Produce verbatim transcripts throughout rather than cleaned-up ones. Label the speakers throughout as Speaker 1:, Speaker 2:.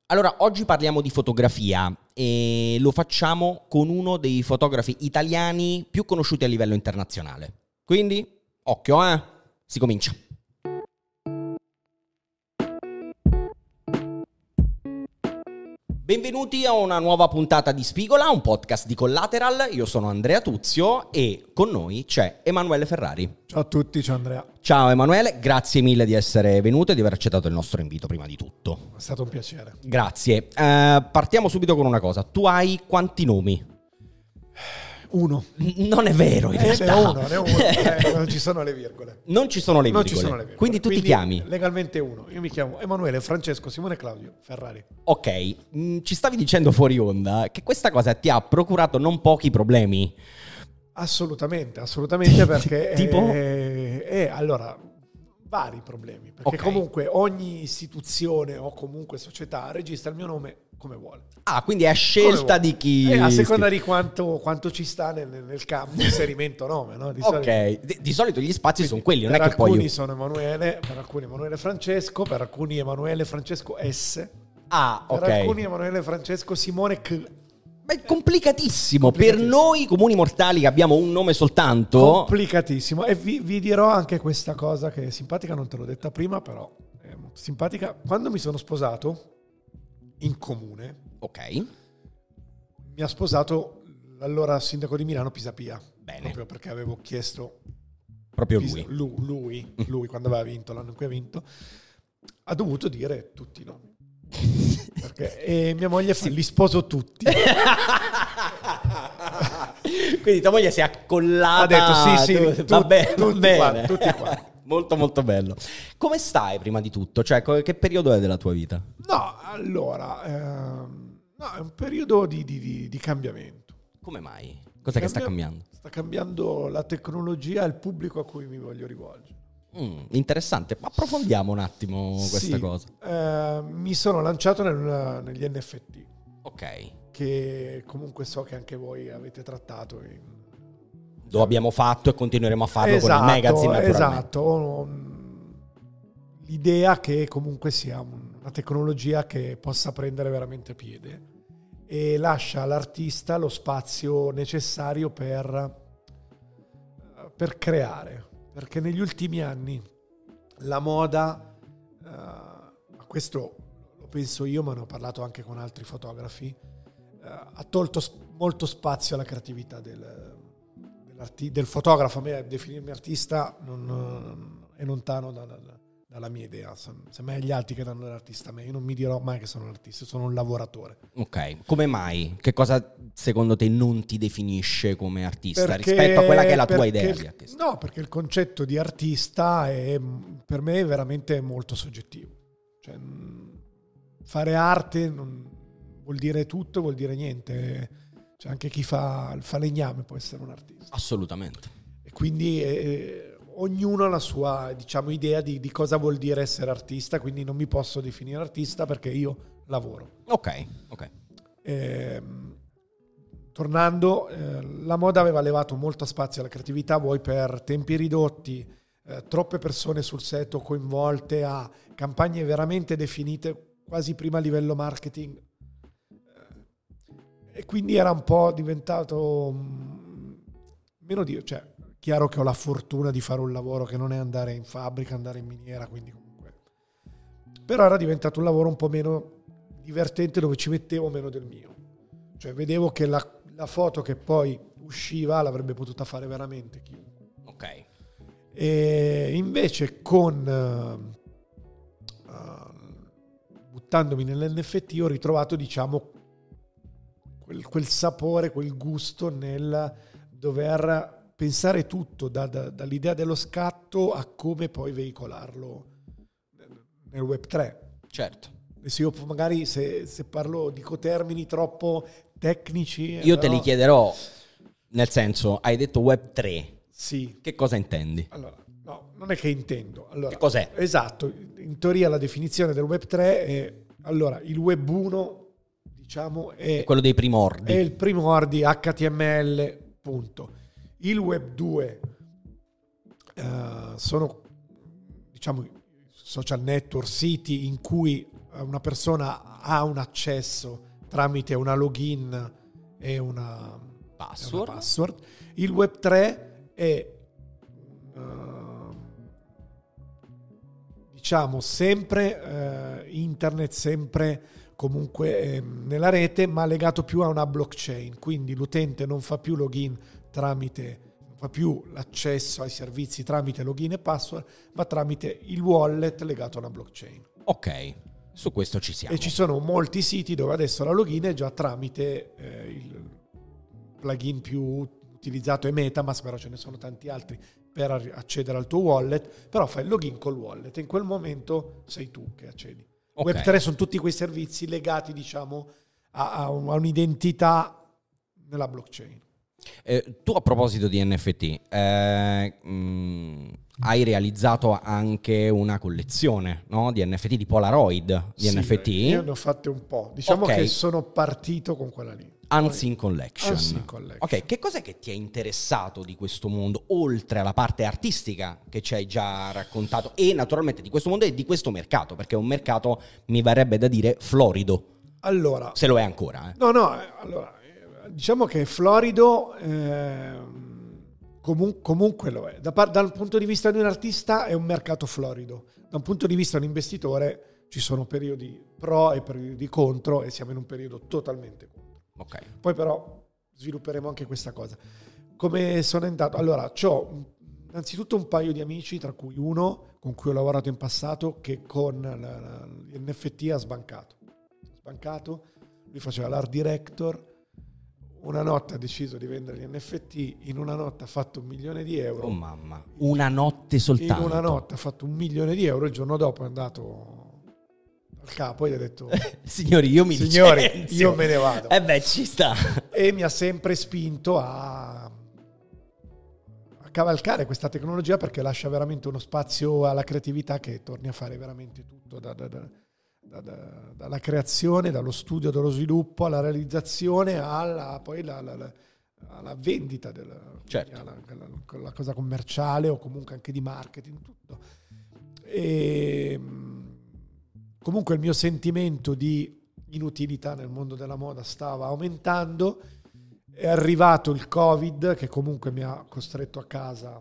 Speaker 1: Allora, oggi parliamo di fotografia e lo facciamo con uno dei fotografi italiani più conosciuti a livello internazionale. Quindi, occhio, eh? Si comincia. Benvenuti a una nuova puntata di Spigola, un podcast di Collateral. Io sono Andrea Tuzio e con noi c'è Emanuele Ferrari.
Speaker 2: Ciao a tutti, ciao Andrea.
Speaker 1: Ciao Emanuele, grazie mille di essere venuto e di aver accettato il nostro invito prima di tutto.
Speaker 2: È stato un piacere.
Speaker 1: Grazie. Uh, partiamo subito con una cosa. Tu hai quanti nomi?
Speaker 2: Uno.
Speaker 1: Non è vero, in
Speaker 2: eh,
Speaker 1: realtà.
Speaker 2: Ne ho uno, ne ho uno. Eh, non ci sono le virgole.
Speaker 1: Non ci sono le
Speaker 2: non
Speaker 1: virgole.
Speaker 2: Ci sono le virgole.
Speaker 1: Quindi tu
Speaker 2: Quindi
Speaker 1: ti chiami?
Speaker 2: Legalmente uno. Io mi chiamo Emanuele Francesco Simone Claudio Ferrari.
Speaker 1: Ok, mm, ci stavi dicendo fuori onda che questa cosa ti ha procurato non pochi problemi.
Speaker 2: Assolutamente, assolutamente perché...
Speaker 1: Tipo?
Speaker 2: Eh, eh, allora, vari problemi. Perché
Speaker 1: Okay.
Speaker 2: comunque ogni istituzione o comunque società registra il mio nome come vuole.
Speaker 1: Ah, quindi è a scelta
Speaker 2: Come
Speaker 1: di chi...
Speaker 2: Eh, a seconda di quanto, quanto ci sta nel, nel campo di inserimento nome, no? Di
Speaker 1: Ok,
Speaker 2: solito.
Speaker 1: di, di solito gli spazi sono quelli, non
Speaker 2: Per
Speaker 1: è che
Speaker 2: alcuni
Speaker 1: poi...
Speaker 2: sono Emanuele, per alcuni Emanuele Francesco, per alcuni Emanuele Francesco S,
Speaker 1: Ah,
Speaker 2: per
Speaker 1: ok.
Speaker 2: alcuni Emanuele Francesco Simone K.
Speaker 1: Ma è complicatissimo. Per
Speaker 2: Complicatissimo.
Speaker 1: noi comuni mortali che abbiamo un nome soltanto...
Speaker 2: Complicatissimo. E vi, vi dirò anche questa cosa che è simpatica, non te l'ho detta prima, però è molto simpatica. Quando mi sono sposato in comune,
Speaker 1: Ok,
Speaker 2: mi ha sposato l'allora sindaco di Milano Pisapia.
Speaker 1: Bene.
Speaker 2: Proprio perché avevo chiesto
Speaker 1: proprio
Speaker 2: Pisa-
Speaker 1: lui.
Speaker 2: Lui, lui, lui, quando aveva vinto, l'anno in cui ha vinto, ha dovuto dire tutti i nomi. Perché, e mia moglie fa, li sposo tutti.
Speaker 1: Quindi tua moglie si è accollata.
Speaker 2: Ha detto sì, sì,
Speaker 1: tu-
Speaker 2: tu-
Speaker 1: va bene, va
Speaker 2: tutti
Speaker 1: bene.
Speaker 2: quanti, tutti quanti.
Speaker 1: Molto molto bello. Come stai prima di tutto? Cioè, co- che periodo è della tua vita?
Speaker 2: No, allora, ehm, no, è un periodo di, di- di- di cambiamento.
Speaker 1: Come mai? Cos'è che sta
Speaker 2: Cambia-
Speaker 1: cambiando?
Speaker 2: Sta cambiando la tecnologia e il pubblico a cui mi voglio rivolgere.
Speaker 1: Mm, interessante. Approfondiamo un attimo questa
Speaker 2: Sì,
Speaker 1: cosa.
Speaker 2: eh, mi sono lanciato nel- negli N F T,
Speaker 1: Ok.
Speaker 2: che comunque so che anche voi avete trattato in...
Speaker 1: Lo abbiamo fatto e continueremo a farlo
Speaker 2: Esatto,
Speaker 1: con il magazine, naturalmente.
Speaker 2: esatto. Ho un- l'idea che comunque sia una tecnologia che possa prendere veramente piede e lascia all'artista lo spazio necessario per, per creare, perché negli ultimi anni la moda, eh, questo lo penso io, ma ne ho parlato anche con altri fotografi, eh, ha tolto s- molto spazio alla creatività del, dell'arti- del fotografo. A me definirmi artista non, è lontano da- da- dalla mia idea. Semmai è gli altri che danno l'artista a me. Io non mi dirò mai che sono un artista, sono un lavoratore.
Speaker 1: Ok. Come mai? Che cosa secondo te non ti definisce come artista
Speaker 2: Perché-
Speaker 1: rispetto a quella che è la tua
Speaker 2: perché
Speaker 1: idea
Speaker 2: il-
Speaker 1: di artista?
Speaker 2: No, perché il concetto di artista è per me è veramente molto soggettivo. Cioè, mh, fare arte non vuol dire tutto, vuol dire niente. Cioè, anche chi fa il falegname può essere un artista.
Speaker 1: Assolutamente.
Speaker 2: E quindi eh, ognuno ha la sua, diciamo, idea di, di cosa vuol dire essere artista, quindi non mi posso definire artista perché io lavoro.
Speaker 1: Ok, ok.
Speaker 2: Ehm, tornando, eh, la moda aveva levato molto spazio alla creatività, vuoi per tempi ridotti, eh, troppe persone sul set o coinvolte, a campagne veramente definite quasi prima a livello marketing. Eh, e quindi era un po' diventato mm, meno di... Cioè, chiaro che ho la fortuna di fare un lavoro che non è andare in fabbrica, andare in miniera, quindi comunque... Però era diventato un lavoro un po' meno divertente, dove ci mettevo meno del mio. Cioè vedevo che la, la foto che poi usciva l'avrebbe potuta fare veramente chiunque.
Speaker 1: Ok.
Speaker 2: E invece con uh, uh, buttandomi nell'N F T ho ritrovato, diciamo, quel, quel sapore, quel gusto nel dover pensare tutto da, da, dall'idea dello scatto a come poi veicolarlo nel web tre.
Speaker 1: Certo.
Speaker 2: Se io magari se, se parlo, dico termini troppo tecnici.
Speaker 1: Io
Speaker 2: però,
Speaker 1: te li chiederò, nel senso, hai detto web tre.
Speaker 2: Sì.
Speaker 1: Che cosa intendi?
Speaker 2: Allora, no, non è che intendo. Allora,
Speaker 1: Che cos'è?
Speaker 2: Esatto. In teoria la definizione del web tre è, allora, il web uno, diciamo, è,
Speaker 1: È quello dei primordi.
Speaker 2: è il primordi H T M L, punto. Il web due uh, sono, diciamo, social network, siti in cui uh, una persona ha un accesso tramite una login e una
Speaker 1: password.
Speaker 2: Una password. Il web tre è uh, diciamo sempre uh, internet, sempre comunque eh, nella rete, ma legato più a una blockchain, quindi l'utente non fa più login tramite, non fa più l'accesso ai servizi tramite login e password, ma tramite il wallet legato a una blockchain.
Speaker 1: Ok, su questo ci siamo.
Speaker 2: E ci sono molti siti dove adesso la login è già tramite eh, il plugin più utilizzato è MetaMask, però ce ne sono tanti altri per accedere al tuo wallet, però fai il login col wallet e in quel momento sei tu che accedi.
Speaker 1: Okay.
Speaker 2: web tre sono tutti quei servizi legati, diciamo, a, a un'identità nella blockchain.
Speaker 1: Eh, tu a proposito di N F T, eh, mh, hai realizzato anche una collezione, no? Di N F T, di Polaroid, di
Speaker 2: sì,
Speaker 1: N F T?
Speaker 2: Io ne ho fatte un po'. Diciamo
Speaker 1: okay.
Speaker 2: che sono partito con quella lì.
Speaker 1: Unseen Collection.
Speaker 2: Unseen Collection.
Speaker 1: Ok, che cos'è che ti è interessato di questo mondo, oltre alla parte artistica che ci hai già raccontato, e naturalmente di questo mondo e di questo mercato, perché è un mercato, mi verrebbe da dire, florido.
Speaker 2: Allora,
Speaker 1: se lo è ancora. Eh.
Speaker 2: No, no, allora, diciamo che florido eh, comun- comunque lo è. Da par- dal punto di vista di un artista è un mercato florido. Da un punto di vista di un investitore ci sono periodi pro e periodi contro e siamo in un periodo totalmente contro.
Speaker 1: Okay.
Speaker 2: Poi però svilupperemo anche questa cosa. Come sono entrato? Allora, c'ho innanzitutto un paio di amici, tra cui uno con cui ho lavorato in passato, che con la, la, l'N F T ha sbancato. Sbancato, lui faceva l'art director, una notte ha deciso di vendere gli N F T, in una notte ha fatto un milione di euro.
Speaker 1: Oh mamma, una notte soltanto.
Speaker 2: In una notte ha fatto un milione di euro, il giorno dopo è andato al capo e gli ha detto
Speaker 1: signori io mi
Speaker 2: signori
Speaker 1: licenzio.
Speaker 2: io me ne vado.
Speaker 1: Eh beh, ci sta.
Speaker 2: E mi ha sempre spinto a, a cavalcare questa tecnologia, perché lascia veramente uno spazio alla creatività, che torni a fare veramente tutto da, da, da, da, da, dalla creazione, dallo studio, dallo sviluppo, alla realizzazione, alla poi la, la, la, alla vendita della,
Speaker 1: certo.
Speaker 2: alla, alla, la cosa commerciale o comunque anche di marketing, tutto. E comunque il mio sentimento di inutilità nel mondo della moda stava aumentando. È arrivato il Covid, che comunque mi ha costretto a casa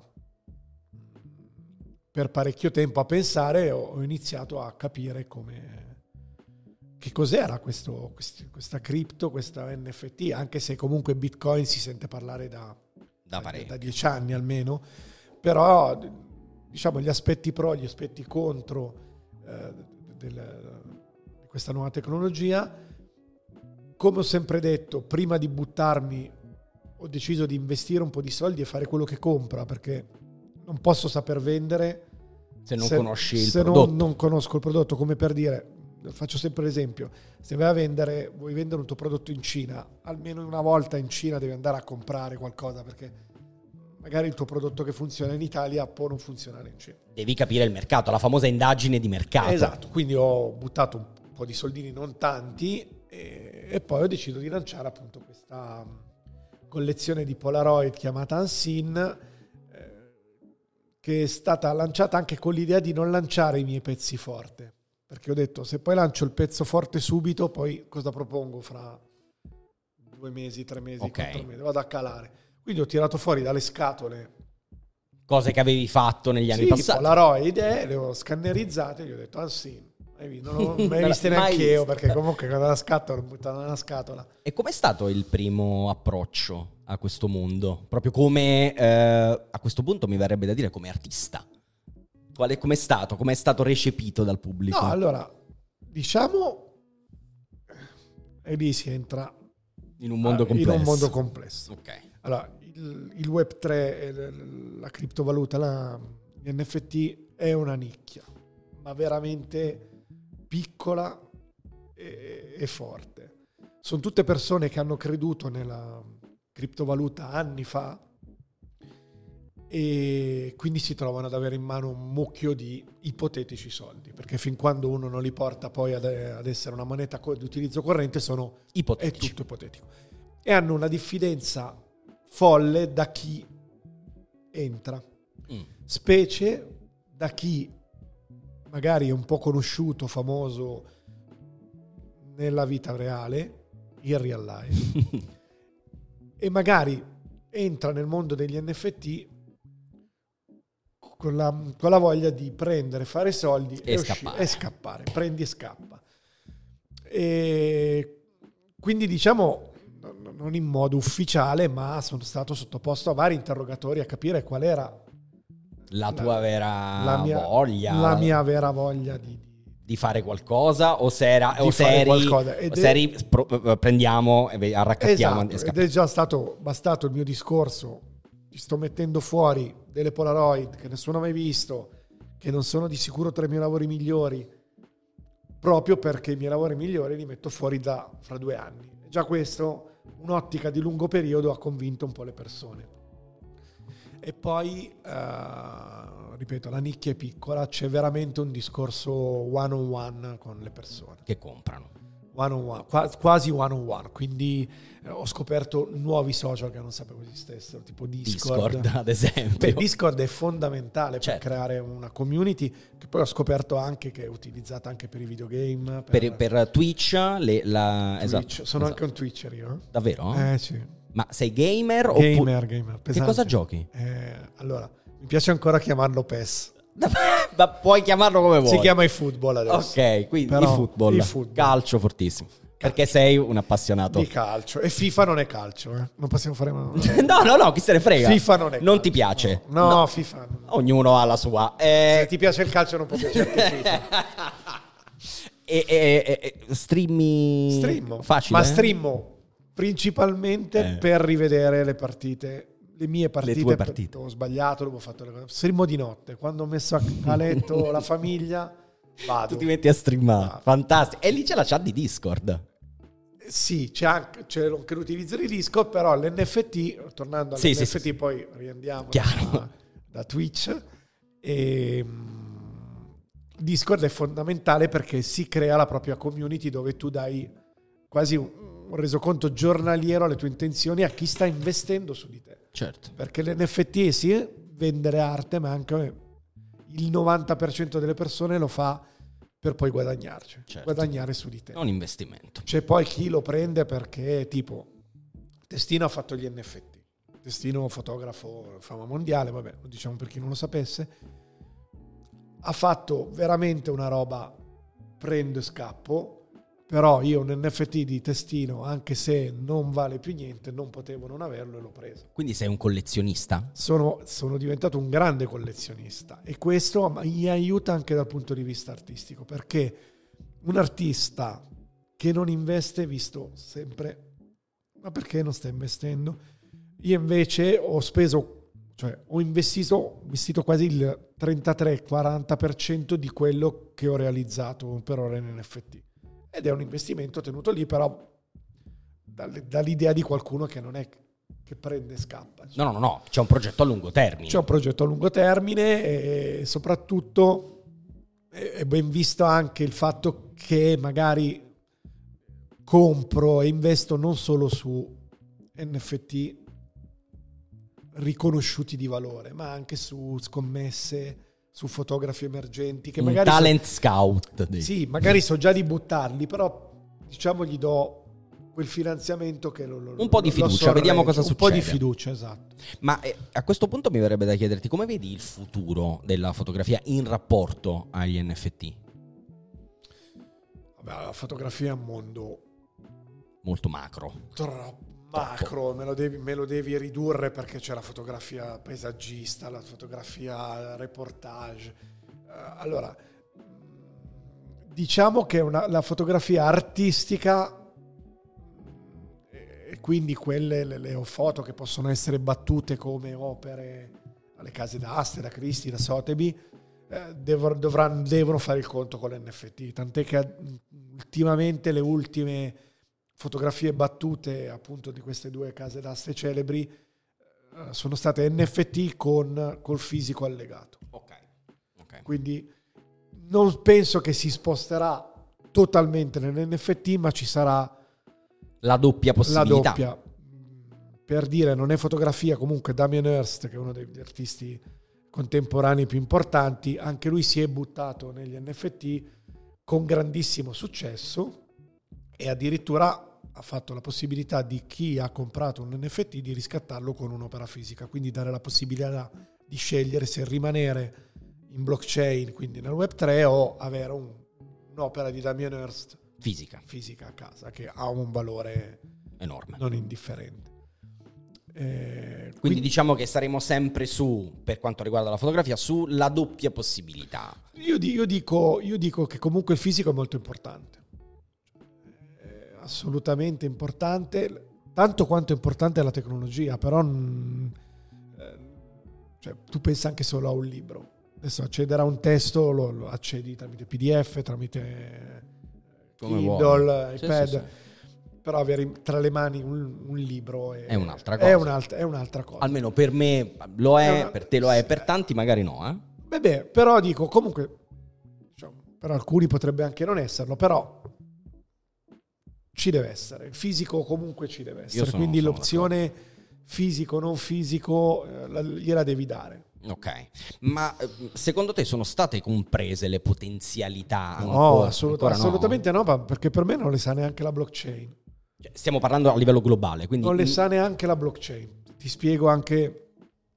Speaker 2: per parecchio tempo a pensare, e ho iniziato a capire come, che cos'era questo, questi, questa cripto, questa N F T, anche se comunque Bitcoin si sente parlare da,
Speaker 1: da,
Speaker 2: da, da dieci anni almeno, però diciamo gli aspetti pro, gli aspetti contro eh, del, di questa nuova tecnologia. Come ho sempre detto, prima di buttarmi ho deciso di investire un po' di soldi e fare quello che compra, perché non posso saper vendere
Speaker 1: se non
Speaker 2: se,
Speaker 1: conosci il
Speaker 2: se
Speaker 1: prodotto.
Speaker 2: Non, non conosco il prodotto. Come per dire, faccio sempre l'esempio, se vai a vendere, vuoi vendere un tuo prodotto in Cina, almeno una volta in Cina devi andare a comprare qualcosa, perché magari il tuo prodotto che funziona in Italia può non funzionare in Cina.
Speaker 1: Devi capire il mercato, la famosa indagine di mercato.
Speaker 2: Esatto, quindi ho buttato un po' di soldini, non tanti, e, e poi ho deciso di lanciare appunto questa collezione di Polaroid chiamata Unseen, eh, che è stata lanciata anche con l'idea di non lanciare i miei pezzi forte, perché ho detto, se poi lancio il pezzo forte subito, poi cosa propongo fra due mesi, tre mesi,
Speaker 1: okay.
Speaker 2: quattro mesi, vado a calare. Quindi ho tirato fuori dalle scatole
Speaker 1: cose che avevi fatto negli anni
Speaker 2: sì,
Speaker 1: passati.
Speaker 2: Polaroid, eh, le ho scannerizzate e gli ho detto Unseen. Non l'ho mai viste neanche io, perché comunque quando la scatola l'ho buttata nella scatola.
Speaker 1: E com'è stato il primo approccio a questo mondo? Proprio come, eh, a questo punto mi verrebbe da dire, come artista. Qual com'è stato? Com'è stato recepito dal pubblico?
Speaker 2: No, allora, diciamo, e lì si entra
Speaker 1: in un mondo complesso.
Speaker 2: In un mondo complesso.
Speaker 1: Ok.
Speaker 2: Allora, il, il web tre, la criptovaluta, la, gli N F T è una nicchia, ma veramente piccola e, e forte. Sono tutte persone che hanno creduto nella criptovaluta anni fa e quindi si trovano ad avere in mano un mucchio di ipotetici soldi, perché fin quando uno non li porta poi ad, ad essere una moneta di utilizzo corrente sono
Speaker 1: ipotetici.
Speaker 2: È tutto ipotetico, e hanno una diffidenza folle da chi entra, mm. specie da chi magari è un po' conosciuto, famoso nella vita reale, in real life, e magari entra nel mondo degli N F T con la, con la voglia di prendere, fare soldi
Speaker 1: e,
Speaker 2: e,
Speaker 1: scappare.
Speaker 2: Uscire, e scappare, prendi e scappa. E quindi diciamo, non in modo ufficiale, ma sono stato sottoposto a vari interrogatori a capire qual era
Speaker 1: la tua
Speaker 2: la,
Speaker 1: vera
Speaker 2: la mia,
Speaker 1: voglia.
Speaker 2: La mia vera voglia di,
Speaker 1: di fare qualcosa, o se era, o se eri, o
Speaker 2: è,
Speaker 1: se eri pro, prendiamo e arraccattiamo.
Speaker 2: Esatto, ed è già stato bastato il mio discorso. Ti sto mettendo fuori delle Polaroid che nessuno ha mai visto, che non sono di sicuro tra i miei lavori migliori, proprio perché i miei lavori migliori li metto fuori da fra due anni. Già questo, un'ottica di lungo periodo, ha convinto un po' le persone. E poi, uh, ripeto, la nicchia è piccola, c'è veramente un discorso one on one con le persone.
Speaker 1: Che comprano.
Speaker 2: One on one, quasi one on one, quindi eh, ho scoperto nuovi social che non sapevo esistessero, tipo Discord.
Speaker 1: Discord, ad esempio.
Speaker 2: Beh, Discord è fondamentale, certo, per creare una community, che poi ho scoperto anche che è utilizzata anche per i videogame.
Speaker 1: Per, per, per Twitch, le, la,
Speaker 2: Twitch.
Speaker 1: Esatto,
Speaker 2: sono
Speaker 1: esatto.
Speaker 2: anche un Twitcher io.
Speaker 1: Davvero?
Speaker 2: Eh sì.
Speaker 1: Ma sei gamer?
Speaker 2: Gamer,
Speaker 1: oppu-
Speaker 2: gamer.
Speaker 1: Che cosa giochi?
Speaker 2: Eh, allora, mi piace ancora chiamarlo P E S.
Speaker 1: Ma puoi chiamarlo come vuoi.
Speaker 2: Si chiama eFootball adesso.
Speaker 1: Ok, quindi
Speaker 2: Però,
Speaker 1: eFootball,
Speaker 2: eFootball.
Speaker 1: Calcio fortissimo. Calcio. Perché sei un appassionato
Speaker 2: di calcio. E FIFA non è calcio, eh? Non possiamo fare
Speaker 1: no, no, no, chi se ne frega.
Speaker 2: FIFA non è
Speaker 1: Non
Speaker 2: calcio.
Speaker 1: ti piace?
Speaker 2: No,
Speaker 1: no.
Speaker 2: no FIFA non...
Speaker 1: Ognuno ha la sua. Eh...
Speaker 2: Se ti piace il calcio non può piacerti FIFA.
Speaker 1: e, e, e streammi
Speaker 2: Streammo.
Speaker 1: facile?
Speaker 2: Ma streammo principalmente
Speaker 1: eh.
Speaker 2: per rivedere le partite. Le mie partite,
Speaker 1: le tue partite.
Speaker 2: Ho sbagliato, ho fatto le cose. Streammo di notte, quando ho messo a letto la famiglia, vado.
Speaker 1: Tu ti metti a streamare,
Speaker 2: vado.
Speaker 1: Fantastico. E lì c'è la chat di Discord.
Speaker 2: Sì, c'è anche, c'è anche l'utilizzo di Discord, però l'N F T, tornando all'N F T, sì, sì, sì. Poi riandiamo da, da Twitch, e Discord è fondamentale perché si crea la propria community dove tu dai quasi un, un resoconto giornaliero alle tue intenzioni a chi sta investendo su di te.
Speaker 1: Certo.
Speaker 2: Perché l'N F T sì, vendere arte, ma anche il novanta per cento delle persone lo fa per poi guadagnarci, certo. guadagnare su di te.
Speaker 1: È un investimento.
Speaker 2: C'è poi chi lo prende perché, tipo, Testino ha fatto gli N F T. Testino, fotografo, fama mondiale, vabbè, lo diciamo per chi non lo sapesse. Ha fatto veramente una roba prendo e scappo. Però io un N F T di Testino, anche se non vale più niente, non potevo non averlo e l'ho preso.
Speaker 1: Quindi sei un collezionista?
Speaker 2: Sono, sono diventato un grande collezionista e questo mi aiuta anche dal punto di vista artistico, perché un artista che non investe, visto sempre, ma perché non sta investendo? Io invece ho speso, cioè ho investito, ho investito quasi il trentatré quaranta per cento di quello che ho realizzato per ora in N F T. Ed è un investimento tenuto lì, però dall'idea di qualcuno che non è che prende e scappa.
Speaker 1: No, no, no, no, c'è un progetto a lungo termine.
Speaker 2: C'è un progetto a lungo termine e soprattutto è ben visto anche il fatto che magari compro e investo non solo su N F T riconosciuti di valore, ma anche su scommesse, su fotografi emergenti che
Speaker 1: un
Speaker 2: magari
Speaker 1: talent
Speaker 2: so,
Speaker 1: scout.
Speaker 2: Sì, magari so già di buttarli, però diciamo gli do quel finanziamento che lo, lo,
Speaker 1: un po' di fiducia, vediamo cosa
Speaker 2: un
Speaker 1: succede.
Speaker 2: Un po' di fiducia, esatto.
Speaker 1: Ma eh, a questo punto mi verrebbe da chiederti come vedi il futuro della fotografia in rapporto agli N F T?
Speaker 2: Vabbè, la fotografia è un mondo
Speaker 1: molto macro.
Speaker 2: Troppo macro, me lo, devi, me lo devi ridurre perché c'è la fotografia paesaggista, la fotografia reportage. Uh, allora, diciamo che una, la fotografia artistica, e quindi quelle, le, le foto che possono essere battute come opere alle case d'asta, da Christie, da Sotheby, eh, devo, dovranno, devono fare il conto con l'N F T, tant'è che ultimamente le ultime fotografie battute appunto di queste due case d'aste celebri eh, sono state N F T con col fisico allegato.
Speaker 1: Ok. Okay.
Speaker 2: Quindi non penso che si sposterà totalmente nell'N F T, ma ci sarà
Speaker 1: la doppia possibilità.
Speaker 2: La doppia. Per dire, non è fotografia, comunque Damien Hirst, che è uno degli artisti contemporanei più importanti, anche lui si è buttato negli N F T con grandissimo successo e addirittura ha fatto la possibilità di chi ha comprato un N F T di riscattarlo con un'opera fisica, quindi dare la possibilità di scegliere se rimanere in blockchain, quindi nel web tre, o avere un, un'opera di Damien Hirst
Speaker 1: fisica.
Speaker 2: fisica a casa, che ha un valore
Speaker 1: enorme,
Speaker 2: non indifferente. Eh,
Speaker 1: quindi,
Speaker 2: quindi
Speaker 1: diciamo che saremo sempre su, per quanto riguarda la fotografia, sulla doppia possibilità.
Speaker 2: Io, io, dico, io dico che comunque il fisico è molto importante, è assolutamente importante, tanto quanto è importante la tecnologia, però mh, eh, cioè, tu pensa anche solo a un libro. Adesso accedere a un testo lo, lo accedi tramite P D F, tramite
Speaker 1: Come
Speaker 2: Kindle,
Speaker 1: vuoi.
Speaker 2: iPad.
Speaker 1: Sì, sì, sì.
Speaker 2: Però avere tra le mani un, un libro è,
Speaker 1: è un'altra cosa.
Speaker 2: È, un'alt- è un'altra cosa.
Speaker 1: Almeno per me lo è,
Speaker 2: è una,
Speaker 1: per te lo è, per tanti magari no. Eh?
Speaker 2: Beh, beh, però dico, comunque, cioè, per alcuni potrebbe anche non esserlo, però ci deve essere. Il fisico comunque ci deve essere.
Speaker 1: sono,
Speaker 2: quindi
Speaker 1: sono
Speaker 2: l'opzione
Speaker 1: d'accordo.
Speaker 2: fisico, non fisico, eh, la, gliela devi dare.
Speaker 1: Ok, ma secondo te sono state comprese le potenzialità?
Speaker 2: No,
Speaker 1: ancora,
Speaker 2: assolut-
Speaker 1: ancora
Speaker 2: assolutamente
Speaker 1: no?
Speaker 2: no, perché per me non le sa neanche la blockchain.
Speaker 1: Stiamo parlando a livello globale, quindi...
Speaker 2: Non le sa neanche la blockchain. Ti spiego anche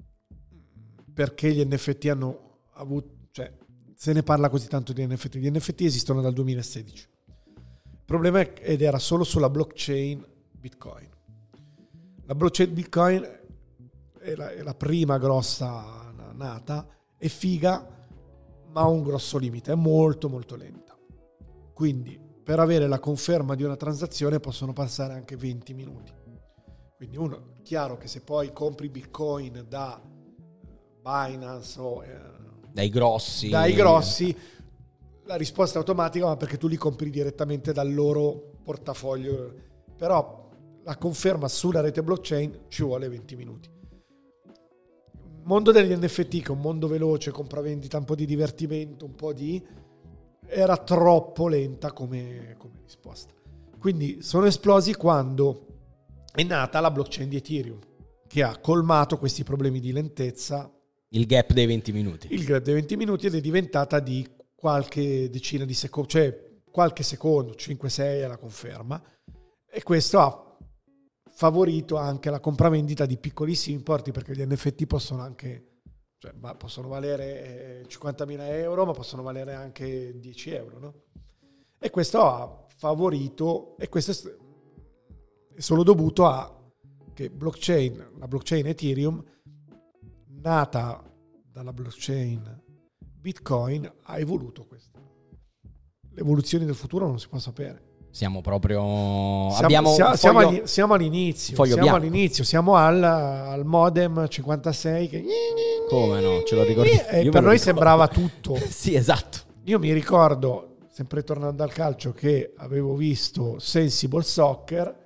Speaker 2: perché gli N F T hanno avuto... Cioè, se ne parla così tanto di N F T. Gli N F T esistono dal duemilasedici. Il problema è, ed era solo sulla blockchain Bitcoin. La blockchain Bitcoin è la, è la prima grossa nata, è figa, ma ha un grosso limite, è molto molto lenta. Quindi per avere la conferma di una transazione possono passare anche venti minuti. Quindi uno, chiaro che se poi compri Bitcoin da Binance o eh,
Speaker 1: dai grossi,
Speaker 2: dai grossi, la risposta è automatica, ma perché tu li compri direttamente dal loro portafoglio. Però la conferma sulla rete blockchain ci vuole venti minuti. Il mondo degli N F T, che è un mondo veloce, compravendita, un po' di divertimento, un po' di... era troppo lenta come, come risposta. Quindi sono esplosi quando è nata la blockchain di Ethereum, che ha colmato questi problemi di lentezza.
Speaker 1: Il gap dei venti minuti.
Speaker 2: Il gap dei venti minuti, ed è diventata di qualche decina di secondi, cioè qualche secondo, cinque sei è la conferma. E questo ha favorito anche la compravendita di piccolissimi importi, perché gli N F T possono anche, cioè, possono valere cinquantamila euro, ma possono valere anche dieci euro, no? E questo ha favorito, e questo è solo dovuto a che blockchain, la blockchain Ethereum, nata dalla blockchain Bitcoin, ha evoluto questo. Le evoluzioni del futuro non si può sapere.
Speaker 1: Siamo proprio...
Speaker 2: Siamo,
Speaker 1: abbiamo
Speaker 2: siamo,
Speaker 1: foglio,
Speaker 2: siamo, agli, siamo all'inizio.
Speaker 1: foglio
Speaker 2: siamo
Speaker 1: bianco.
Speaker 2: all'inizio. Siamo al, al modem cinquantasei che...
Speaker 1: Come no? Ce lo ricordi?
Speaker 2: E
Speaker 1: Io
Speaker 2: per
Speaker 1: me lo
Speaker 2: noi
Speaker 1: ricordo.
Speaker 2: sembrava tutto.
Speaker 1: Sì, esatto.
Speaker 2: Io mi ricordo, sempre tornando al calcio, che avevo visto Sensible Soccer.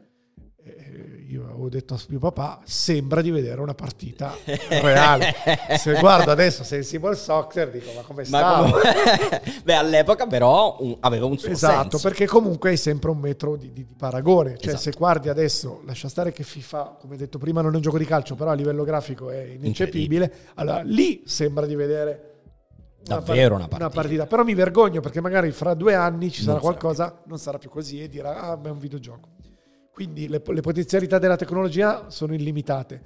Speaker 2: Io avevo detto a mio papà, sembra di vedere una partita reale. Se guardo adesso Sensible Soccer dico, ma come stava?
Speaker 1: Come... Beh, all'epoca però un... aveva un suo
Speaker 2: esatto,
Speaker 1: senso.
Speaker 2: perché comunque hai sempre un metro di, di, di paragone. Cioè,
Speaker 1: esatto.
Speaker 2: Se guardi adesso, lascia stare che FIFA, come detto prima, non è un gioco di calcio, però a livello grafico è ineccepibile. Allora lì sembra di vedere una
Speaker 1: davvero
Speaker 2: part-
Speaker 1: una, partita.
Speaker 2: una partita. Però mi vergogno, perché magari fra due anni ci
Speaker 1: non
Speaker 2: sarà qualcosa, sarà non sarà più così, e dirà, ah, ma è un videogioco. Quindi le, le potenzialità della tecnologia sono illimitate,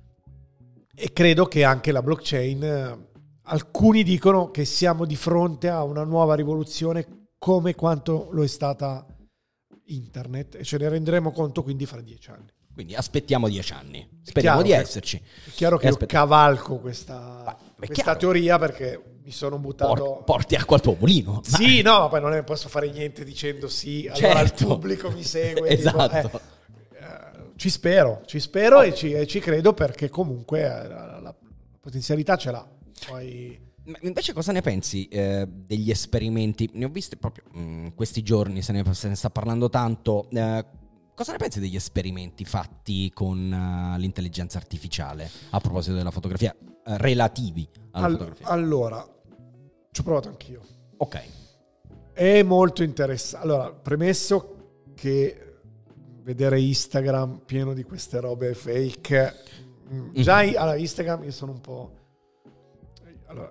Speaker 2: e credo che anche la blockchain, eh, alcuni dicono che siamo di fronte a una nuova rivoluzione come quanto lo è stata internet, e ce ne renderemo conto quindi fra dieci anni.
Speaker 1: Quindi aspettiamo dieci anni, speriamo di
Speaker 2: che,
Speaker 1: esserci.
Speaker 2: È chiaro che io cavalco questa, questa
Speaker 1: chiaro.
Speaker 2: teoria, perché mi sono buttato...
Speaker 1: Por- porti acqua al tuo mulino.
Speaker 2: Sì, no, ma poi non ne posso fare niente dicendo sì, allora
Speaker 1: certo.
Speaker 2: il pubblico mi segue.
Speaker 1: Esatto.
Speaker 2: Tipo, eh, eh, ci spero, ci spero oh. e, ci, e ci credo, perché comunque eh, la, la potenzialità ce l'ha. Poi...
Speaker 1: Ma invece cosa ne pensi eh, degli esperimenti? Ne ho visti proprio in questi giorni, se ne, se ne sta parlando tanto. Eh, cosa ne pensi degli esperimenti fatti con uh, l'intelligenza artificiale a proposito della fotografia, eh, relativi alla
Speaker 2: All-
Speaker 1: fotografia?
Speaker 2: Allora, ci ho provato anch'io.
Speaker 1: Ok.
Speaker 2: È molto interessante. Allora, premesso che vedere Instagram pieno di queste robe fake, mm. già mm-hmm. allora, Instagram io sono un po'... Allora,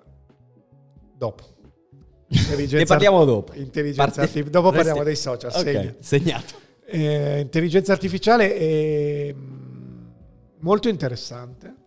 Speaker 2: dopo.
Speaker 1: Ne parliamo dopo.
Speaker 2: Intelligenza
Speaker 1: Parte...
Speaker 2: artificiale. Dopo
Speaker 1: Resti...
Speaker 2: parliamo dei social.
Speaker 1: Ok,
Speaker 2: segna.
Speaker 1: segnato.
Speaker 2: Eh, intelligenza artificiale è molto interessante,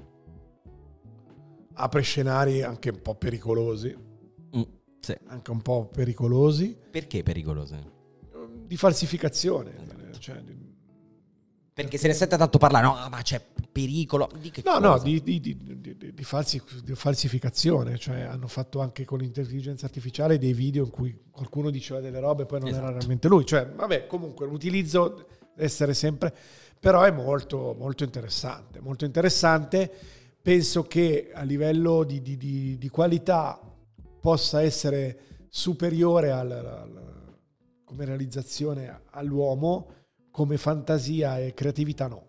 Speaker 2: apre scenari anche un po' pericolosi,
Speaker 1: mm, sì.
Speaker 2: anche un po' pericolosi.
Speaker 1: Perché pericolosi?
Speaker 2: Di falsificazione, cioè, di,
Speaker 1: perché se ne sente tanto parlare, no, ma c'è pericolo di che
Speaker 2: no
Speaker 1: cosa?
Speaker 2: no di, di, di, di, di, falsi, di falsificazione, cioè hanno fatto anche con l'intelligenza artificiale dei video in cui qualcuno diceva delle robe e poi non esatto. era realmente lui, cioè vabbè, comunque l'utilizzo deve essere sempre, però è molto molto interessante, molto interessante. Penso che a livello di, di, di, di qualità possa essere superiore al, al, come realizzazione all'uomo, come fantasia e creatività no.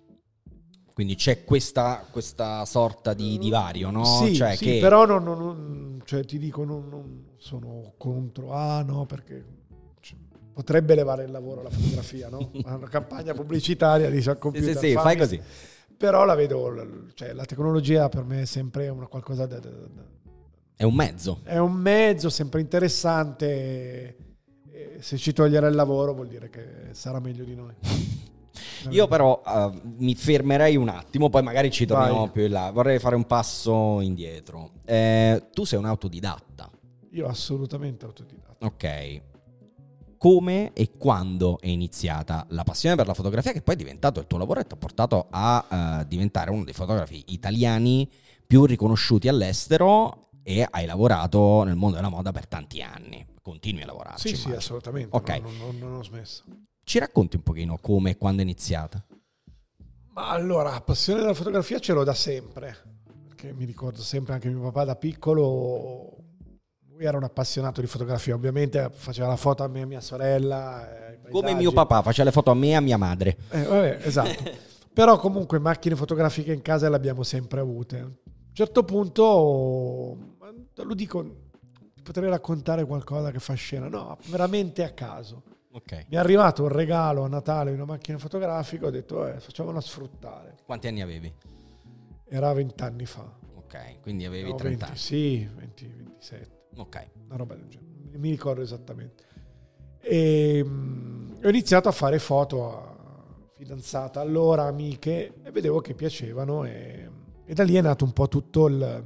Speaker 1: Quindi c'è questa, questa sorta di divario, no?
Speaker 2: Sì,
Speaker 1: cioè
Speaker 2: sì
Speaker 1: che...
Speaker 2: però non, non, non, cioè, ti dico, non, non sono contro, ah no, perché cioè, potrebbe levare il lavoro alla fotografia, no? Una campagna pubblicitaria, dice al computer.
Speaker 1: Sì, sì, sì, fai così.
Speaker 2: Però la vedo, cioè la tecnologia per me è sempre una qualcosa da... da, da
Speaker 1: è un mezzo.
Speaker 2: È un mezzo sempre interessante. E se ci toglierà il lavoro vuol dire che sarà meglio di noi.
Speaker 1: Io però uh, mi fermerei un attimo, poi magari ci torniamo Vai. più in là. Vorrei fare un passo indietro. Eh, tu sei un autodidatta.
Speaker 2: Io assolutamente autodidatta.
Speaker 1: Ok. Come e quando è iniziata la passione per la fotografia, che poi è diventato il tuo lavoro e ti ha portato a uh, diventare uno dei fotografi italiani più riconosciuti all'estero, e hai lavorato nel mondo della moda per tanti anni. Continui a lavorarci.
Speaker 2: Sì, immagino. Sì, assolutamente.
Speaker 1: Okay.
Speaker 2: Non, non, non ho smesso.
Speaker 1: Ci racconti un pochino come e quando è iniziata?
Speaker 2: Ma allora, la passione della fotografia ce l'ho da sempre, perché mi ricordo sempre anche mio papà da piccolo, lui era un appassionato di fotografia, ovviamente faceva la foto a me e a mia sorella. Eh,
Speaker 1: come mio papà faceva le foto a me e a mia madre.
Speaker 2: Eh, vabbè, esatto. Però comunque macchine fotografiche in casa le abbiamo sempre avute. A un certo punto, lo dico, potrei raccontare qualcosa che fa scena, no, veramente a caso.
Speaker 1: Okay.
Speaker 2: Mi è arrivato un regalo a Natale, una macchina fotografica, ho detto eh, facciamola sfruttare.
Speaker 1: Quanti anni avevi?
Speaker 2: Era vent'anni fa.
Speaker 1: Ok, quindi avevi
Speaker 2: no,
Speaker 1: trenta
Speaker 2: venti,
Speaker 1: anni.
Speaker 2: Sì, venti ventisette.
Speaker 1: Ok.
Speaker 2: Una roba del genere, non mi ricordo esattamente. E mh, ho iniziato a fare foto a fidanzata, allora amiche, e vedevo che piacevano e, e da lì è nato un po' tutto il,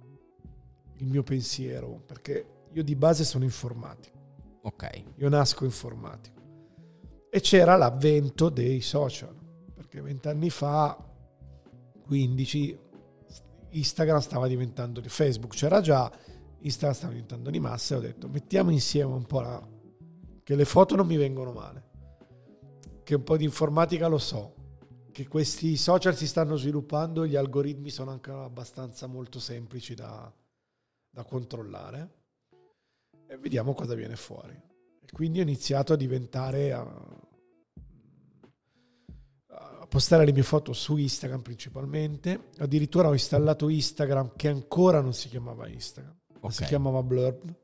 Speaker 2: il mio pensiero, perché io di base sono informatico.
Speaker 1: Ok.
Speaker 2: Io nasco informatico e c'era l'avvento dei social, perché vent'anni fa, quindici, Instagram stava diventando di Facebook, c'era già, Instagram stava diventando di massa e ho detto mettiamo insieme un po' la, che le foto non mi vengono male, che un po' di informatica lo so, che questi social si stanno sviluppando, gli algoritmi sono anche abbastanza molto semplici da, da controllare. E vediamo cosa viene fuori. E quindi ho iniziato a diventare a, a postare le mie foto su Instagram principalmente. Addirittura ho installato Instagram, che ancora non si chiamava Instagram, okay. ma si chiamava Blurb.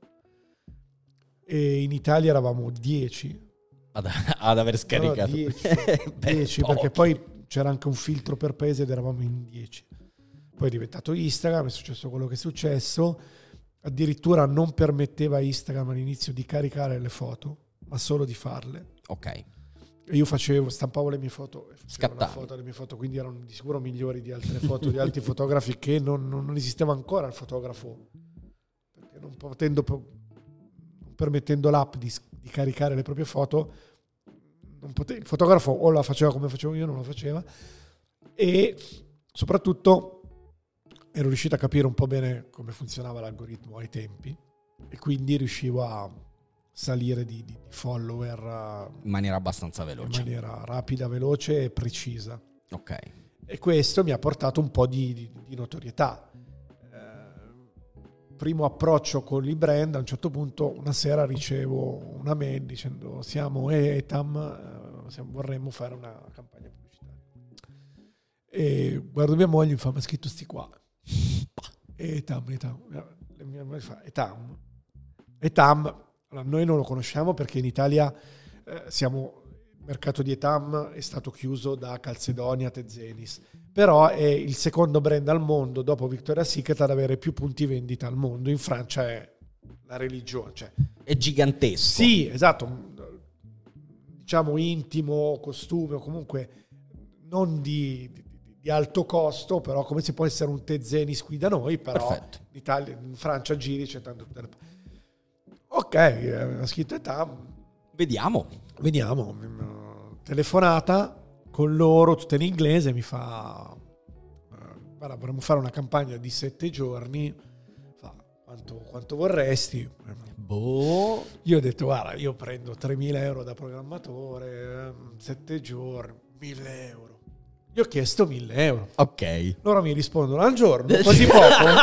Speaker 2: E in Italia eravamo dieci
Speaker 1: ad, ad aver scaricato.
Speaker 2: No, dieci, perché poi c'era anche un filtro per paese ed eravamo in dieci. Poi è diventato Instagram, è successo quello che è successo. Addirittura non permetteva Instagram all'inizio di caricare le foto, ma solo di farle.
Speaker 1: Ok.
Speaker 2: E io facevo, stampavo le mie foto,
Speaker 1: scattavo
Speaker 2: foto le mie foto, quindi erano di sicuro migliori di altre foto di altri fotografi che non, non, non esisteva ancora il fotografo, perché non potendo, non permettendo l'app di, di caricare le proprie foto, non potevo, il fotografo o la faceva come facevo io, non la faceva, e soprattutto ero riuscito a capire un po' bene come funzionava l'algoritmo ai tempi e quindi riuscivo a salire di, di, di follower
Speaker 1: in maniera abbastanza veloce,
Speaker 2: in maniera rapida, veloce e precisa.
Speaker 1: Ok.
Speaker 2: E questo mi ha portato un po' di, di, di notorietà. Eh, primo approccio con i brand, a un certo punto una sera ricevo una mail dicendo siamo Etam, eh, siamo, vorremmo fare una campagna pubblicitaria. E guardo mia moglie e mi fa, ma è scritto sti qua. Etam, Etam, mia moglie fa Etam, Etam, allora, noi non lo conosciamo perché in Italia eh, siamo, il mercato di Etam è stato chiuso da Calzedonia, Tezenis, però è il secondo brand al mondo dopo Victoria's Secret ad avere più punti vendita al mondo. In Francia è la religione, cioè
Speaker 1: è gigantesco.
Speaker 2: Sì, esatto. diciamo intimo, costume o comunque non di, di, di alto costo, però come si può essere un Tezenis qui da noi, però
Speaker 1: Perfetto.
Speaker 2: in Italia, in Francia giri c'è tanto. Ok, ha scritto età,
Speaker 1: Vediamo.
Speaker 2: vediamo, telefonata con loro, tutta in inglese, mi fa, guarda, vorremmo fare una campagna di sette giorni, fa, quanto, quanto vorresti?
Speaker 1: Boh.
Speaker 2: Io ho detto, guarda, io prendo tremila euro da programmatore, sette giorni, mille euro. Gli ho chiesto mille euro.
Speaker 1: Ok.
Speaker 2: Loro mi rispondono, al giorno, così poco?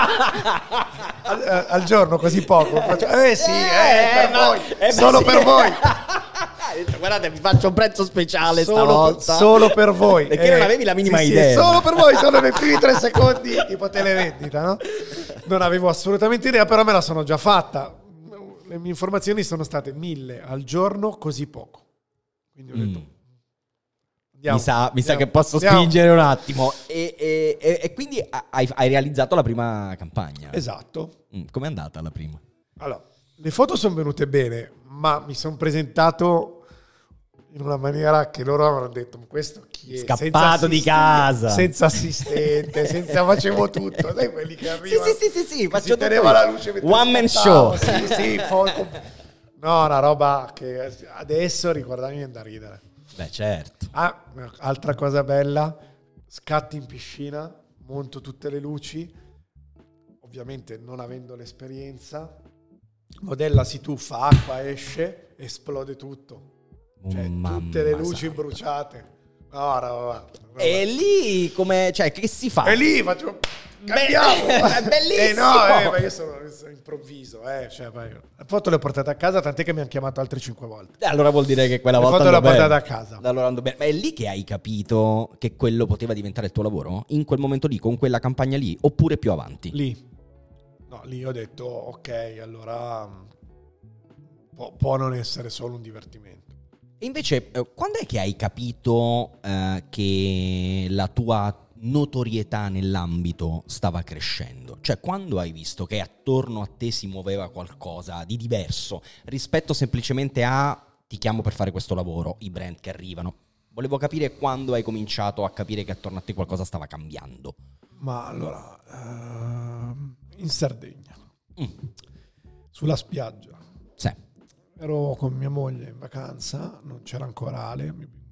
Speaker 2: al, al giorno, così poco? Faccio, eh sì, eh, per
Speaker 1: ma-
Speaker 2: voi,
Speaker 1: eh,
Speaker 2: solo
Speaker 1: sì.
Speaker 2: per voi.
Speaker 1: Guardate, vi faccio un prezzo speciale
Speaker 2: Solo per,
Speaker 1: stavolta.
Speaker 2: solo per voi.
Speaker 1: Perché non avevi la minima
Speaker 2: sì,
Speaker 1: idea.
Speaker 2: Sì, solo per voi, solo nei primi tre secondi, tipo televendita, no? Non avevo assolutamente idea, però me la sono già fatta. Le mie informazioni sono state mille al giorno, così poco. Quindi ho detto,
Speaker 1: Mm.
Speaker 2: andiamo,
Speaker 1: mi sa, mi sa
Speaker 2: andiamo,
Speaker 1: che posso
Speaker 2: andiamo.
Speaker 1: spingere un attimo. E, e- e- e quindi hai, hai realizzato la prima campagna.
Speaker 2: Esatto.
Speaker 1: Mm, com'è andata la prima?
Speaker 2: Allora, le foto sono venute bene, ma mi sono presentato in una maniera che loro avevano detto, questo chi è?
Speaker 1: Scappato
Speaker 2: Senza
Speaker 1: di
Speaker 2: assistente,
Speaker 1: casa.
Speaker 2: senza assistente, senza facevo tutto. Sai quelli che
Speaker 1: Sì,
Speaker 2: arrivano?
Speaker 1: sì, sì, sì, sì,
Speaker 2: che
Speaker 1: faccio
Speaker 2: si
Speaker 1: tutto
Speaker 2: teneva
Speaker 1: io.
Speaker 2: la luce mentre
Speaker 1: One man
Speaker 2: scattavo.
Speaker 1: show.
Speaker 2: Sì, sì, poi- no, una roba che adesso ricordarmi viene da ridere.
Speaker 1: Beh, certo.
Speaker 2: Ah, altra cosa bella, scatti in piscina, monto tutte le luci, ovviamente non avendo l'esperienza, modella si tuffa, acqua esce, esplode tutto. Cioè,
Speaker 1: Mamma
Speaker 2: tutte le luci
Speaker 1: santa.
Speaker 2: bruciate. No, no, no, no.
Speaker 1: E lì come, cioè, che si fa?
Speaker 2: E lì faccio, cambiamo.
Speaker 1: Be- bellissimo.
Speaker 2: Eh no, eh, ma io sono, sono improvviso, eh. Cioè, poi, le foto le ho portate a casa, tant'è che mi hanno chiamato altre cinque volte.
Speaker 1: Eh, Allora vuol dire che quella
Speaker 2: Le
Speaker 1: volta
Speaker 2: foto le ho
Speaker 1: andò bene.
Speaker 2: portate a casa.
Speaker 1: Allora andò bene. Ma è lì che hai capito che quello poteva diventare il tuo lavoro? In quel momento lì, con quella campagna lì? Oppure più avanti?
Speaker 2: Lì, no, lì ho detto, ok, allora può, può non essere solo un divertimento.
Speaker 1: E invece, eh, quando è che hai capito eh, che la tua notorietà nell'ambito stava crescendo? Cioè, quando hai visto che attorno a te si muoveva qualcosa di diverso rispetto semplicemente a ti chiamo per fare questo lavoro, i brand che arrivano? Volevo capire quando hai cominciato a capire che attorno a te qualcosa stava cambiando.
Speaker 2: Ma allora, ehm, in Sardegna,
Speaker 1: Mm.
Speaker 2: sulla spiaggia,
Speaker 1: Sì.
Speaker 2: ero con mia moglie in vacanza, non c'era ancora Ale.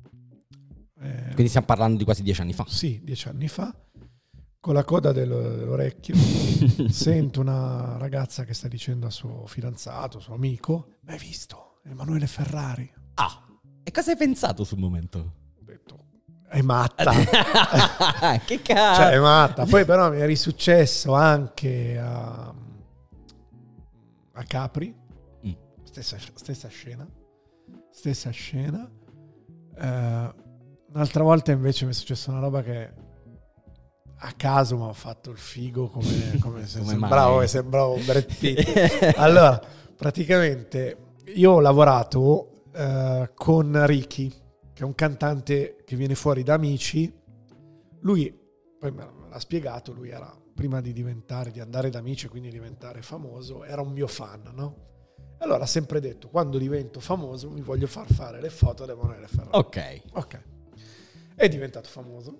Speaker 2: Eh,
Speaker 1: Quindi stiamo parlando di quasi dieci anni fa.
Speaker 2: Sì, dieci anni fa, con la coda dello- dell'orecchio, sento una ragazza che sta dicendo al suo fidanzato, suo amico, ma hai visto Emanuele Ferrari?
Speaker 1: Ah, e cosa hai pensato sul momento?
Speaker 2: Ho detto, è matta.
Speaker 1: Che cazzo!
Speaker 2: Cioè, è matta. Poi però mi è risuccesso anche a, a Capri,
Speaker 1: Mm.
Speaker 2: stessa, stessa scena, stessa scena. Eh, un'altra volta invece mi è successa una roba che a caso mi ha fatto il figo come, come se
Speaker 1: Come
Speaker 2: sembravo,
Speaker 1: mai?
Speaker 2: sembravo Brad Pitt. Allora, praticamente io ho lavorato eh, con Ricky, che è un cantante che viene fuori da Amici. Lui, poi me l'ha spiegato, lui era, prima di diventare, di andare da Amici e quindi diventare famoso, era un mio fan, no? Allora ha sempre detto, quando divento famoso mi voglio far fare le foto ad Emanuele Ferrari.
Speaker 1: Ok.
Speaker 2: Ok. È diventato famoso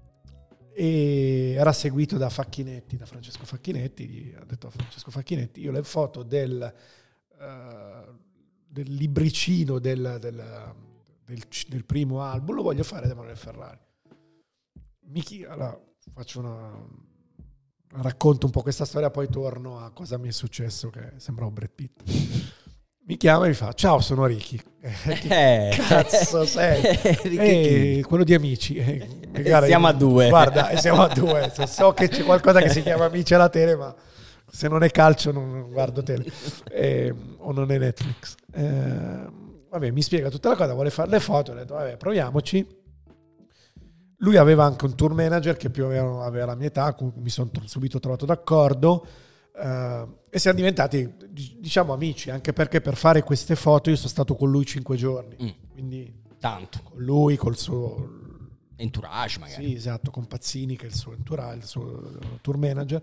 Speaker 2: e era seguito da Facchinetti, da Francesco Facchinetti. Gli ha detto a Francesco Facchinetti, io le foto del, uh, del libricino del, del, del, del primo album lo voglio fare da Emanuele Ferrari. Mi chi- allora, faccio una racconto un po' questa storia, poi torno a cosa mi è successo, che sembra un Brad Pitt. Mi chiama e mi fa, ciao, sono Ricky. Che cazzo sei? E quello di Amici. E, magari,
Speaker 1: siamo a due.
Speaker 2: Guarda, e siamo a due. So che c'è qualcosa che si chiama Amici alla tele, ma se non è calcio non guardo tele. E, o non è Netflix. E, vabbè, mi spiega tutta la cosa, vuole fare le foto. Ho detto, vabbè, proviamoci. Lui aveva anche un tour manager che più o meno aveva la mia età, con cui mi sono subito trovato d'accordo. Uh, e siamo diventati, diciamo, amici, anche perché per fare queste foto io sono stato con lui cinque giorni,
Speaker 1: Mm.
Speaker 2: quindi
Speaker 1: Tanto.
Speaker 2: con lui, col suo
Speaker 1: Entourage magari.
Speaker 2: sì, esatto, con Pazzini che è il suo entourage, il suo tour manager.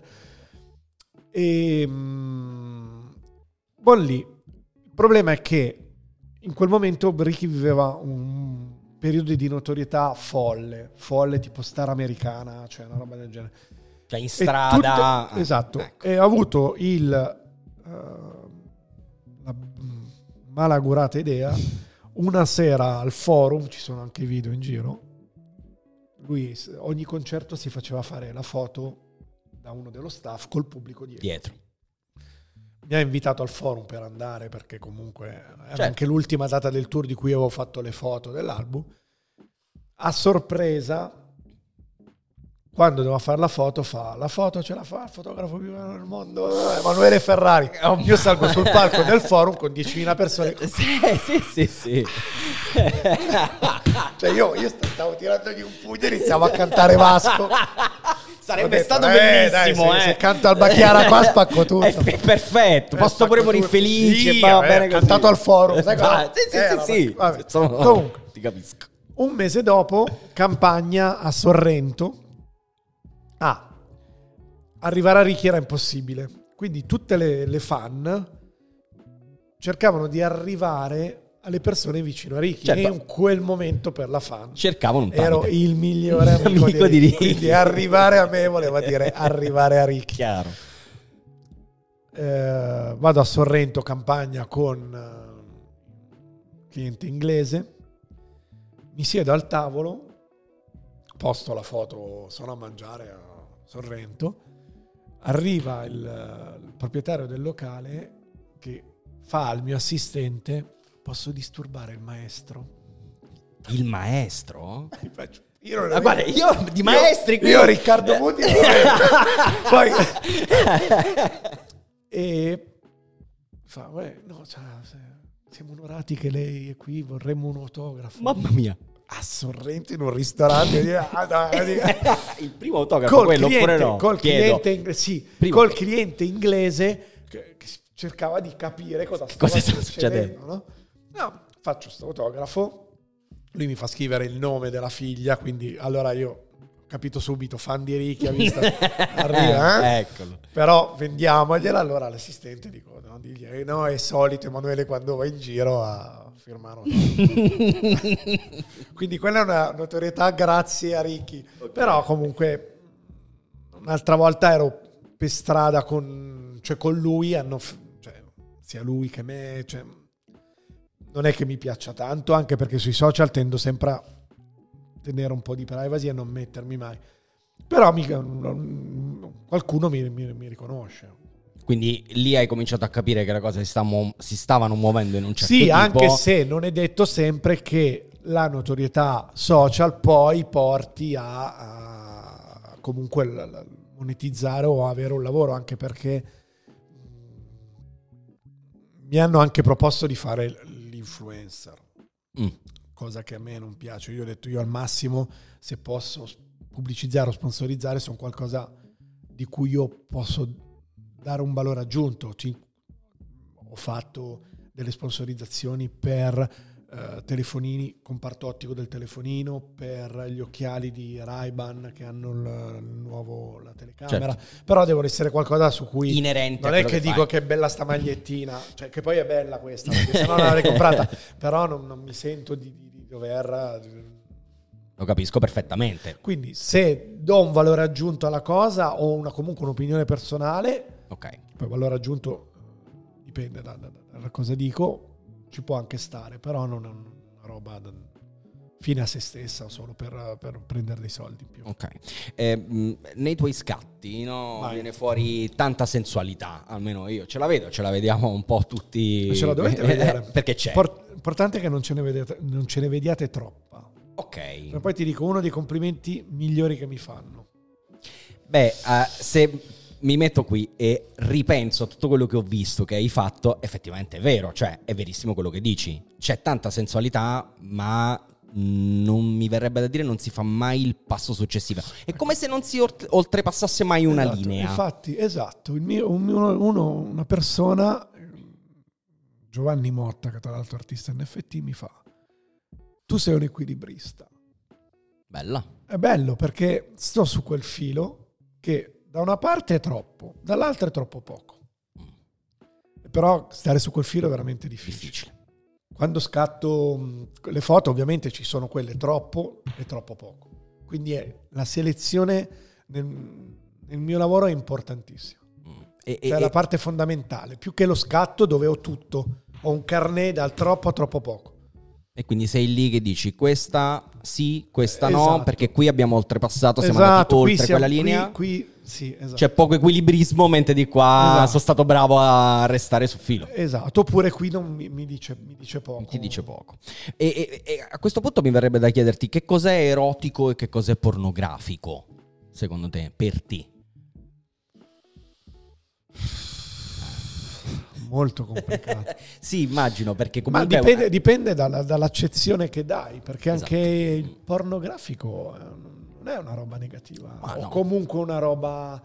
Speaker 2: E um, buon lì. Il problema è che in quel momento Ricky viveva un periodo di notorietà folle, folle tipo star americana, cioè una roba del genere.
Speaker 1: Cioè in strada.
Speaker 2: Tutte, esatto.
Speaker 1: Ecco.
Speaker 2: E ha avuto il uh, la malaugurata idea una sera al forum, ci sono anche i video in giro, lui ogni concerto si faceva fare la foto da uno dello staff col pubblico dietro.
Speaker 1: dietro.
Speaker 2: Mi ha invitato al forum per andare perché comunque era
Speaker 1: certo.
Speaker 2: anche l'ultima data del tour di cui avevo fatto le foto dell'album. A sorpresa, quando doveva fare la foto, fa la foto ce la fa il fotografo più bello del mondo, Emanuele Ferrari. Io salgo sul palco del forum con diecimila persone.
Speaker 1: Sì, sì, sì, sì.
Speaker 2: Cioè io, io stavo tirandogli un pugno e iniziamo a cantare Vasco.
Speaker 1: Sarebbe
Speaker 2: detto,
Speaker 1: stato
Speaker 2: eh,
Speaker 1: bellissimo,
Speaker 2: dai, se,
Speaker 1: eh.
Speaker 2: se canto al Bacchiara qua spacco tutto.
Speaker 1: È f- perfetto,
Speaker 2: Eh,
Speaker 1: posso pure morire
Speaker 2: tutto.
Speaker 1: felice.
Speaker 2: Sì,
Speaker 1: va
Speaker 2: eh,
Speaker 1: bene così.
Speaker 2: cantato al forum, sai cosa?
Speaker 1: Va, sì, sì,
Speaker 2: Eh,
Speaker 1: sì, sì.
Speaker 2: vabbè.
Speaker 1: Sono-
Speaker 2: Comunque,
Speaker 1: ti capisco.
Speaker 2: un mese dopo, campagna a Sorrento. Ah, arrivare a Ricky era impossibile. Quindi tutte le, le fan cercavano di arrivare alle persone vicino a Ricky.
Speaker 1: Certo.
Speaker 2: E in quel momento per la fan
Speaker 1: Cercavano un
Speaker 2: ero
Speaker 1: tramite.
Speaker 2: il migliore amico,
Speaker 1: Amico
Speaker 2: di
Speaker 1: di
Speaker 2: Ricky.
Speaker 1: Ricky.
Speaker 2: Quindi arrivare a me voleva dire arrivare a Ricky.
Speaker 1: Chiaro.
Speaker 2: Eh, vado a Sorrento, campagna con uh, cliente inglese, mi siedo al tavolo, posto la foto, sono a mangiare a Sorrento, arriva il, il proprietario del locale che fa al mio assistente: posso disturbare il maestro?
Speaker 1: Il maestro?
Speaker 2: Io, non
Speaker 1: Ah, guarda, io di maestri
Speaker 2: io,
Speaker 1: qui-
Speaker 2: io Riccardo Muti non lo vedo. Poi e fa, "Beh, no, cioè, siamo onorati che lei è qui, vorremmo un autografo."
Speaker 1: Mamma mia.
Speaker 2: A Sorrento in un ristorante. Ah, dai,
Speaker 1: Il primo autografo
Speaker 2: col
Speaker 1: quello
Speaker 2: cliente,
Speaker 1: oppure no?
Speaker 2: col
Speaker 1: Chiedo.
Speaker 2: cliente, ingle- sì,
Speaker 1: Primo.
Speaker 2: col cliente inglese che, che cercava di capire cosa stava
Speaker 1: Cosa stava
Speaker 2: succedendo, no? No, faccio sto autografo, lui mi fa scrivere il nome della figlia, quindi allora io ho capito subito, fan di Ricky, ha visto, arriva, eh?
Speaker 1: Eccolo.
Speaker 2: Però vendiamogliela. Allora all'assistente dico, no, digli, eh, no, è solito Emanuele quando va in giro a firmare un quindi quella è una notorietà grazie a Ricky. Okay. Però comunque un'altra volta ero per strada con, cioè con lui, hanno, cioè, sia lui che me, cioè, non è che mi piaccia tanto, anche perché sui social tendo sempre a tenere un po' di privacy e non mettermi mai, però mi, qualcuno mi, mi, mi riconosce.
Speaker 1: Quindi lì hai cominciato a capire che le cose si, stavano, si stavano muovendo in un certo
Speaker 2: sì,
Speaker 1: tipo.
Speaker 2: Anche se non è detto sempre che la notorietà social poi porti a, a comunque l- l- monetizzare o avere un lavoro, anche perché mi hanno anche proposto di fare l'influencer, mm. cosa che a me non piace. Io ho detto, io al massimo, se posso pubblicizzare o sponsorizzare, sono qualcosa di cui io posso dare un valore aggiunto. Ci, ho fatto delle sponsorizzazioni per eh, telefonini, comparto ottico del telefonino, per gli occhiali di Ray-Ban che hanno il, il nuovo, la telecamera, certo. Però devono essere qualcosa su cui
Speaker 1: inerente
Speaker 2: non
Speaker 1: a
Speaker 2: è
Speaker 1: quello
Speaker 2: che,
Speaker 1: che
Speaker 2: dico
Speaker 1: fai.
Speaker 2: Che è bella sta magliettina, cioè che poi è bella questa, perché se no non l'avrei comprata, però non, non mi sento di, di, di dover...
Speaker 1: Lo capisco perfettamente.
Speaker 2: Quindi se do un valore aggiunto alla cosa, ho una, comunque un'opinione personale,
Speaker 1: ok.
Speaker 2: Poi valore aggiunto dipende da, da, da cosa dico, ci può anche stare, però non è una roba da, fine a se stessa, solo per, per prendere dei soldi in più.
Speaker 1: Ok. Eh, mh, nei tuoi scatti, no,
Speaker 2: Vai.
Speaker 1: viene fuori tanta sensualità, almeno io ce la vedo, ce la vediamo un po' tutti.
Speaker 2: Ma ce la dovete vedere.
Speaker 1: Perché c'è.
Speaker 2: Port- importante è che non ce ne vedete, non ce ne vediate troppa.
Speaker 1: Ok.
Speaker 2: E poi ti dico, uno dei complimenti migliori che mi fanno.
Speaker 1: Beh, uh, se mi metto qui e ripenso a tutto quello che ho visto, che hai fatto, effettivamente è vero, cioè è verissimo quello che dici. C'è tanta sensualità, ma non mi verrebbe da dire non si fa mai il passo successivo. È come se non si oltrepassasse mai una
Speaker 2: esatto,
Speaker 1: linea.
Speaker 2: Infatti, esatto, il mio, uno, uno, una persona, Giovanni Motta, che tra l'altro è artista N F T, mi fa: tu sei un equilibrista.
Speaker 1: Bella.
Speaker 2: È bello perché sto su quel filo che da una parte è troppo, dall'altra è troppo poco. Però stare su quel filo è veramente difficile.
Speaker 1: difficile.
Speaker 2: quando scatto mh, le foto, ovviamente ci sono quelle troppo e troppo poco. Quindi è, la selezione nel, nel mio lavoro è importantissima. E, cioè, è la parte fondamentale, più che lo scatto dove ho tutto. Ho un carnet dal troppo a troppo poco.
Speaker 1: E quindi sei lì che dici questa sì, questa
Speaker 2: Esatto.
Speaker 1: no, perché qui abbiamo oltrepassato, siamo
Speaker 2: Esatto,
Speaker 1: andati
Speaker 2: qui
Speaker 1: oltre
Speaker 2: siamo-
Speaker 1: quella linea.
Speaker 2: Qui, qui sì, esatto.
Speaker 1: C'è poco equilibrismo, mentre di qua
Speaker 2: Esatto.
Speaker 1: sono stato bravo a restare sul filo.
Speaker 2: Esatto, oppure qui non mi, mi dice, mi dice poco.
Speaker 1: Ti dice poco. E, e- e a questo punto mi verrebbe da chiederti che cos'è erotico e che cos'è pornografico, secondo te, per te?
Speaker 2: Molto complicato.
Speaker 1: Sì, immagino, perché
Speaker 2: Ma
Speaker 1: comunque...
Speaker 2: dipende, dipende dalla- dall'accezione che dai, perché anche
Speaker 1: Esatto.
Speaker 2: il pornografico eh, non è una roba negativa,
Speaker 1: Ma
Speaker 2: o
Speaker 1: no.
Speaker 2: comunque una roba...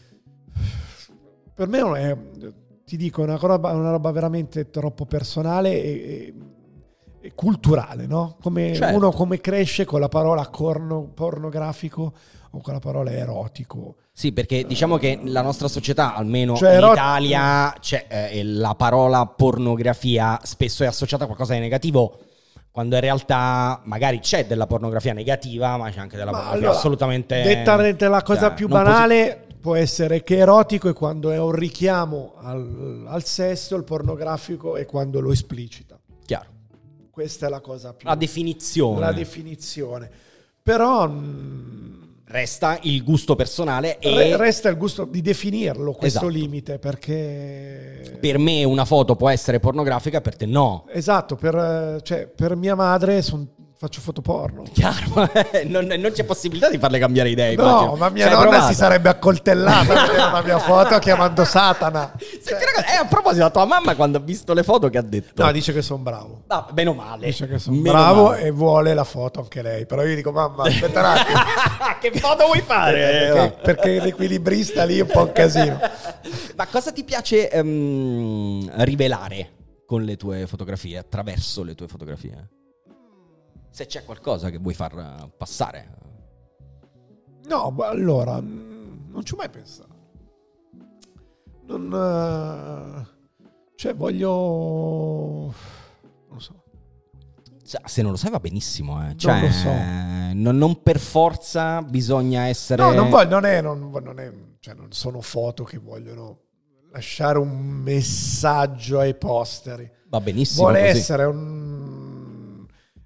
Speaker 2: Per me non è, ti dico, una roba, una roba veramente troppo personale e, e- e culturale, no? Come
Speaker 1: Certo.
Speaker 2: uno come cresce con la parola corno- pornografico o con la parola erotico.
Speaker 1: Sì, perché diciamo che la nostra società, almeno
Speaker 2: Cioè,
Speaker 1: in
Speaker 2: erot-
Speaker 1: Italia, c'è, eh, la parola pornografia spesso è associata a qualcosa di negativo, quando in realtà magari c'è della pornografia negativa, ma c'è anche della
Speaker 2: Ma
Speaker 1: pornografia
Speaker 2: allora,
Speaker 1: assolutamente...
Speaker 2: detta la cosa
Speaker 1: cioè,
Speaker 2: più
Speaker 1: non
Speaker 2: banale può essere che erotico è quando è un richiamo al, al sesso, il pornografico è quando lo esplicita.
Speaker 1: posi- Chiaro.
Speaker 2: Questa è la cosa più...
Speaker 1: La definizione.
Speaker 2: la definizione. Però mh,
Speaker 1: Resta il gusto personale e...
Speaker 2: re- resta il gusto di definirlo questo
Speaker 1: Esatto.
Speaker 2: limite, perché...
Speaker 1: Per me una foto può essere pornografica, per te no.
Speaker 2: Esatto, per, eh, cioè, per mia madre son- faccio foto porno.
Speaker 1: Chiaro, non, non c'è possibilità di farle cambiare idea.
Speaker 2: No,
Speaker 1: immagino.
Speaker 2: ma mia
Speaker 1: Ci hai
Speaker 2: nonna
Speaker 1: provato?
Speaker 2: si sarebbe accoltellata a vedere una mia foto chiamando Satana.
Speaker 1: Senti, ragazzi, eh, a proposito, la tua mamma quando ha visto le foto che ha detto?
Speaker 2: No, dice che sono bravo.
Speaker 1: No, meno male.
Speaker 2: Dice che sono
Speaker 1: Meno
Speaker 2: bravo
Speaker 1: male.
Speaker 2: e vuole la foto anche lei. Però io dico, mamma, aspetta un attimo.
Speaker 1: Che foto vuoi fare?
Speaker 2: perché, perché l'equilibrista lì è un po' un casino.
Speaker 1: Ma cosa ti piace ehm, rivelare con le tue fotografie, attraverso le tue fotografie? Se c'è qualcosa che vuoi far eh, passare.
Speaker 2: No, ma allora, mh, non ci ho mai pensato. Non... eh, cioè, voglio... Non lo so.
Speaker 1: Cioè, se non lo sai va benissimo, eh. Cioè,
Speaker 2: Non lo so.
Speaker 1: non, non per forza bisogna essere...
Speaker 2: No, non voglio, non è, non, non è, cioè non sono foto che vogliono lasciare un messaggio ai posteri.
Speaker 1: Va benissimo
Speaker 2: Vuole
Speaker 1: così.
Speaker 2: essere un,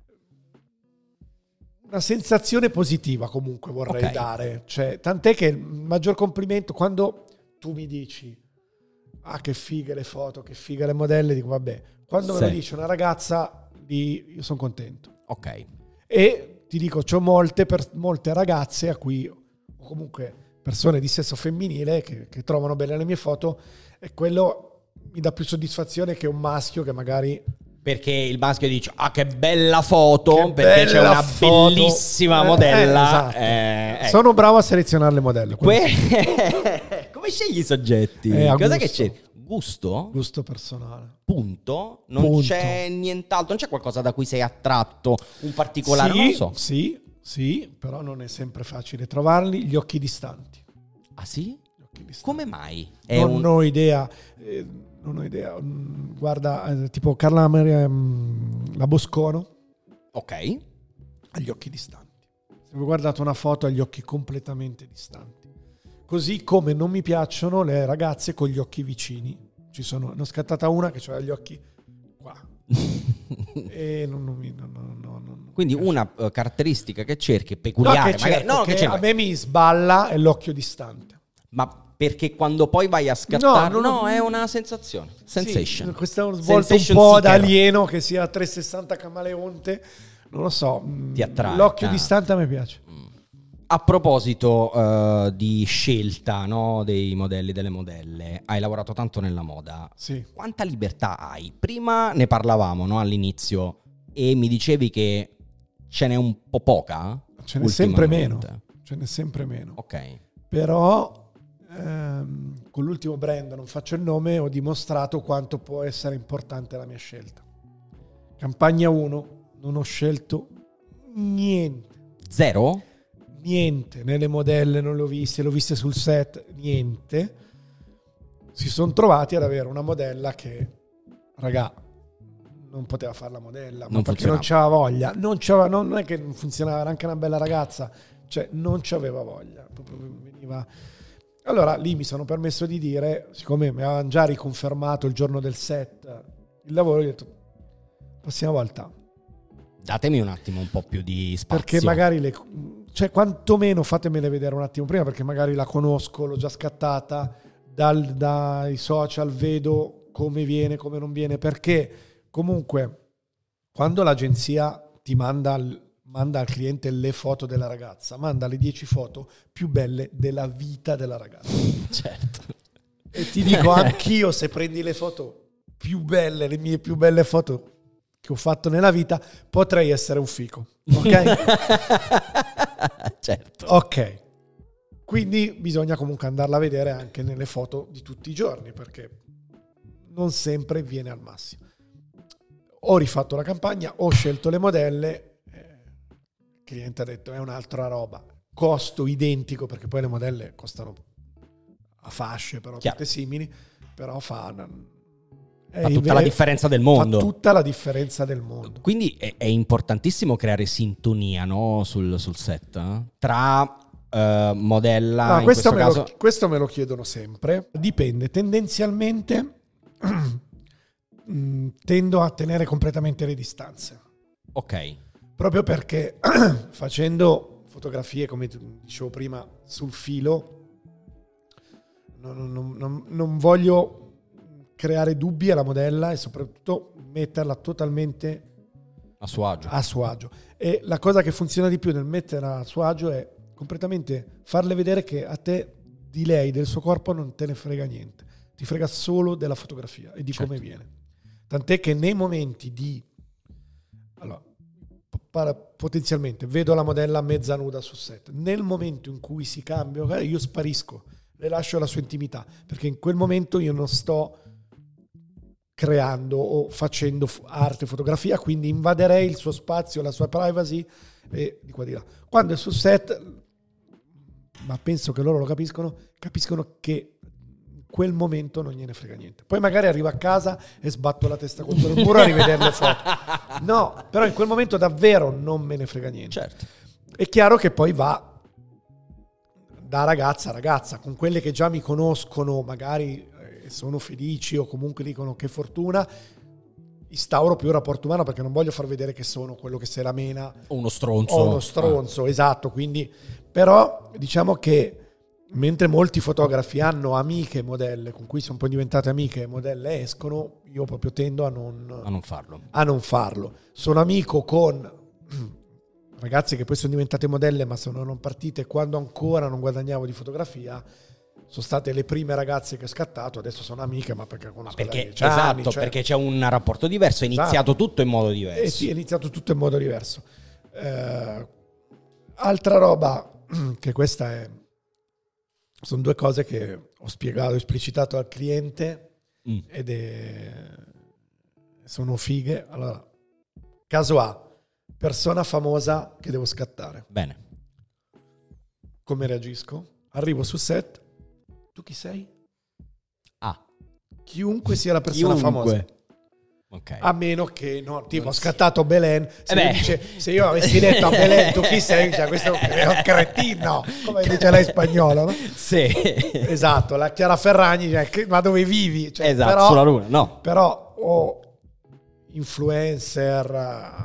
Speaker 2: una sensazione positiva comunque vorrei
Speaker 1: Ok.
Speaker 2: dare. Cioè, tant'è che il maggior complimento quando tu mi dici ah che fighe le foto, che fighe le modelle, dico vabbè. Quando
Speaker 1: Sì.
Speaker 2: me lo dice una ragazza, lì io sono contento.
Speaker 1: Ok.
Speaker 2: E ti dico, c'ho molte, per, molte ragazze a cui, o comunque persone di sesso femminile che, che trovano belle le mie foto, e quello mi dà più soddisfazione che un maschio che magari...
Speaker 1: Perché il maschio dice ah che bella foto,
Speaker 2: Che
Speaker 1: perché c'è
Speaker 2: bella
Speaker 1: una
Speaker 2: foto.
Speaker 1: bellissima
Speaker 2: Eh,
Speaker 1: modella.
Speaker 2: eh, esatto.
Speaker 1: eh, ecco.
Speaker 2: Sono bravo a selezionare le modelle. quello sì.
Speaker 1: Que- Come scegli i soggetti?
Speaker 2: Eh, a
Speaker 1: Cos'è
Speaker 2: gusto.
Speaker 1: che c'è? Gusto?
Speaker 2: Gusto personale.
Speaker 1: Punto? Non
Speaker 2: Punto.
Speaker 1: c'è nient'altro, non c'è qualcosa da cui sei attratto, un particolare,
Speaker 2: sì,
Speaker 1: non lo so.
Speaker 2: Sì, sì, però non è sempre facile trovarli. Gli occhi distanti.
Speaker 1: Ah sì?
Speaker 2: Gli occhi distanti.
Speaker 1: Come mai? È
Speaker 2: non
Speaker 1: un-
Speaker 2: ho idea, eh, non ho idea. Mm, Guarda, eh, tipo Carla Maria mm, la Boscono
Speaker 1: Ok.
Speaker 2: ha gli occhi distanti. Se ho guardato una foto ha gli occhi completamente distanti. Così come non mi piacciono le ragazze con gli occhi vicini. Ci sono, ne ho scattata una che aveva gli occhi qua. E non, non mi, non, non, non, non
Speaker 1: Quindi
Speaker 2: mi piace.
Speaker 1: una eh, caratteristica che cerchi,
Speaker 2: No,
Speaker 1: peculiare,
Speaker 2: che
Speaker 1: magari,
Speaker 2: certo,
Speaker 1: no,
Speaker 2: che
Speaker 1: che cerchi,
Speaker 2: a me mi sballa è l'occhio distante.
Speaker 1: ma perché quando poi vai a scattare,
Speaker 2: No,
Speaker 1: no,
Speaker 2: non-
Speaker 1: è una sensazione, sensation.
Speaker 2: Sì, questo è un svolto
Speaker 1: Sensation
Speaker 2: un po'
Speaker 1: seeker.
Speaker 2: da alieno che sia trecentosessanta camaleonte. Non lo so. mm,
Speaker 1: Ti attrae,
Speaker 2: L'occhio
Speaker 1: ah.
Speaker 2: distante a me piace.
Speaker 1: A proposito eh, di scelta, no, dei modelli, delle modelle, hai lavorato tanto nella moda.
Speaker 2: Sì.
Speaker 1: Quanta libertà hai? Prima ne parlavamo, no, all'inizio, e mi dicevi che ce n'è un po' poca?
Speaker 2: Ce n'è sempre meno.
Speaker 1: ultimamente.
Speaker 2: Ce n'è sempre meno.
Speaker 1: Ok.
Speaker 2: Però ehm, con l'ultimo brand, non faccio il nome, ho dimostrato quanto può essere importante la mia scelta. Campagna uno, non ho scelto niente.
Speaker 1: Zero?
Speaker 2: Niente, nelle modelle non le ho viste, le ho viste sul set, niente. Si sono trovati ad avere una modella che, raga, non poteva fare la modella, ma
Speaker 1: Non
Speaker 2: perché
Speaker 1: funzionava.
Speaker 2: non c'aveva voglia, non, c'aveva, non è che non funzionava, era anche una bella ragazza, cioè non c'aveva voglia, proprio veniva. Allora lì mi sono permesso di dire, siccome mi avevano già riconfermato il giorno del set il lavoro, ho detto prossima volta
Speaker 1: Datemi un attimo un po' più di spazio.
Speaker 2: perché magari le, cioè quantomeno fatemele vedere un attimo prima, perché magari la conosco, l'ho già scattata dal, dai social, vedo come viene, come non viene, perché comunque quando l'agenzia ti manda al, manda al cliente le foto della ragazza, manda le dieci foto più belle della vita della ragazza.
Speaker 1: Certo.
Speaker 2: E ti dico, anch'io se prendi le foto più belle, le mie più belle foto che ho fatto nella vita, potrei essere un fico, ok?
Speaker 1: Certo.
Speaker 2: Ok. Quindi bisogna comunque andarla a vedere anche nelle foto di tutti i giorni, perché non sempre viene al massimo. Ho rifatto la campagna, ho scelto le modelle, eh, il cliente ha detto è un'altra roba, costo identico, perché poi le modelle costano a fasce, però
Speaker 1: Chiaro.
Speaker 2: tutte simili, però fa,
Speaker 1: Fa tutta la differenza del mondo.
Speaker 2: Fa tutta la differenza del mondo.
Speaker 1: Quindi è, è importantissimo creare sintonia, no? sul, sul set eh? tra uh, modella.
Speaker 2: No,
Speaker 1: in
Speaker 2: questo,
Speaker 1: questo
Speaker 2: me
Speaker 1: caso.
Speaker 2: lo, questo me lo chiedono sempre. Dipende, tendenzialmente tendo a tenere completamente le distanze.
Speaker 1: Ok.
Speaker 2: Proprio perché facendo fotografie, come dicevo prima, sul filo, non, non, non, non voglio creare dubbi alla modella e soprattutto metterla totalmente
Speaker 1: A suo agio.
Speaker 2: a suo agio. E la cosa che funziona di più nel metterla a suo agio è completamente farle vedere che a te di lei, del suo corpo, non te ne frega niente. Ti frega solo della fotografia e di
Speaker 1: Certo.
Speaker 2: come viene. Tant'è che nei momenti di... Allora, potenzialmente vedo la modella mezza nuda sul set. Nel momento in cui si cambia, io sparisco, le lascio la sua intimità, perché in quel momento io non sto creando o facendo arte, fotografia, quindi invaderei il suo spazio, la sua privacy e di qua di là. Quando è sul set, ma penso che loro lo capiscono, capiscono che in quel momento non gliene frega niente. Poi magari arrivo a casa e sbatto la testa contro il muro a rivedere le foto. No, però in quel momento davvero non me ne frega niente.
Speaker 1: Certo.
Speaker 2: È chiaro che poi va da ragazza a ragazza, con quelle che già mi conoscono, magari sono felici o comunque dicono che fortuna, instauro più un rapporto umano, perché non voglio far vedere che sono quello che se la mena
Speaker 1: O uno stronzo.
Speaker 2: o uno stronzo, ah. Esatto. Quindi, però diciamo che mentre molti fotografi hanno amiche modelle con cui sono poi diventate amiche modelle, escono, io proprio tendo a non,
Speaker 1: A non farlo.
Speaker 2: a non farlo. Sono amico con ragazze che poi sono diventate modelle ma sono non partite quando ancora non guadagnavo di fotografia. Sono state le prime ragazze che ho scattato, adesso sono amiche, ma perché conosco
Speaker 1: Perché,
Speaker 2: da dieci anni,
Speaker 1: esatto,
Speaker 2: cioè...
Speaker 1: perché c'è un rapporto diverso, è iniziato
Speaker 2: Esatto.
Speaker 1: tutto in modo diverso.
Speaker 2: Eh sì, è iniziato tutto in modo diverso. Eh, altra roba, che questa è... Sono due cose che ho spiegato, ho esplicitato al cliente, mm. ed è... sono fighe. Allora, caso A, persona famosa che devo scattare.
Speaker 1: Bene.
Speaker 2: Come reagisco? Arrivo sul set. Tu chi sei?
Speaker 1: Ah.
Speaker 2: Chiunque sia la persona
Speaker 1: Chiunque.
Speaker 2: famosa.
Speaker 1: Okay.
Speaker 2: A meno che, no, tipo,
Speaker 1: non
Speaker 2: ho
Speaker 1: si...
Speaker 2: scattato Belen. Se,
Speaker 1: eh
Speaker 2: io, dice, se io avessi detto a Belen, tu chi sei? Cioè, questo è un cretino, come dice lei in spagnolo, no?
Speaker 1: Sì.
Speaker 2: Esatto, la Chiara Ferragni, cioè, ma dove vivi? Cioè,
Speaker 1: esatto,
Speaker 2: però,
Speaker 1: sulla luna, no.
Speaker 2: Però ho influencer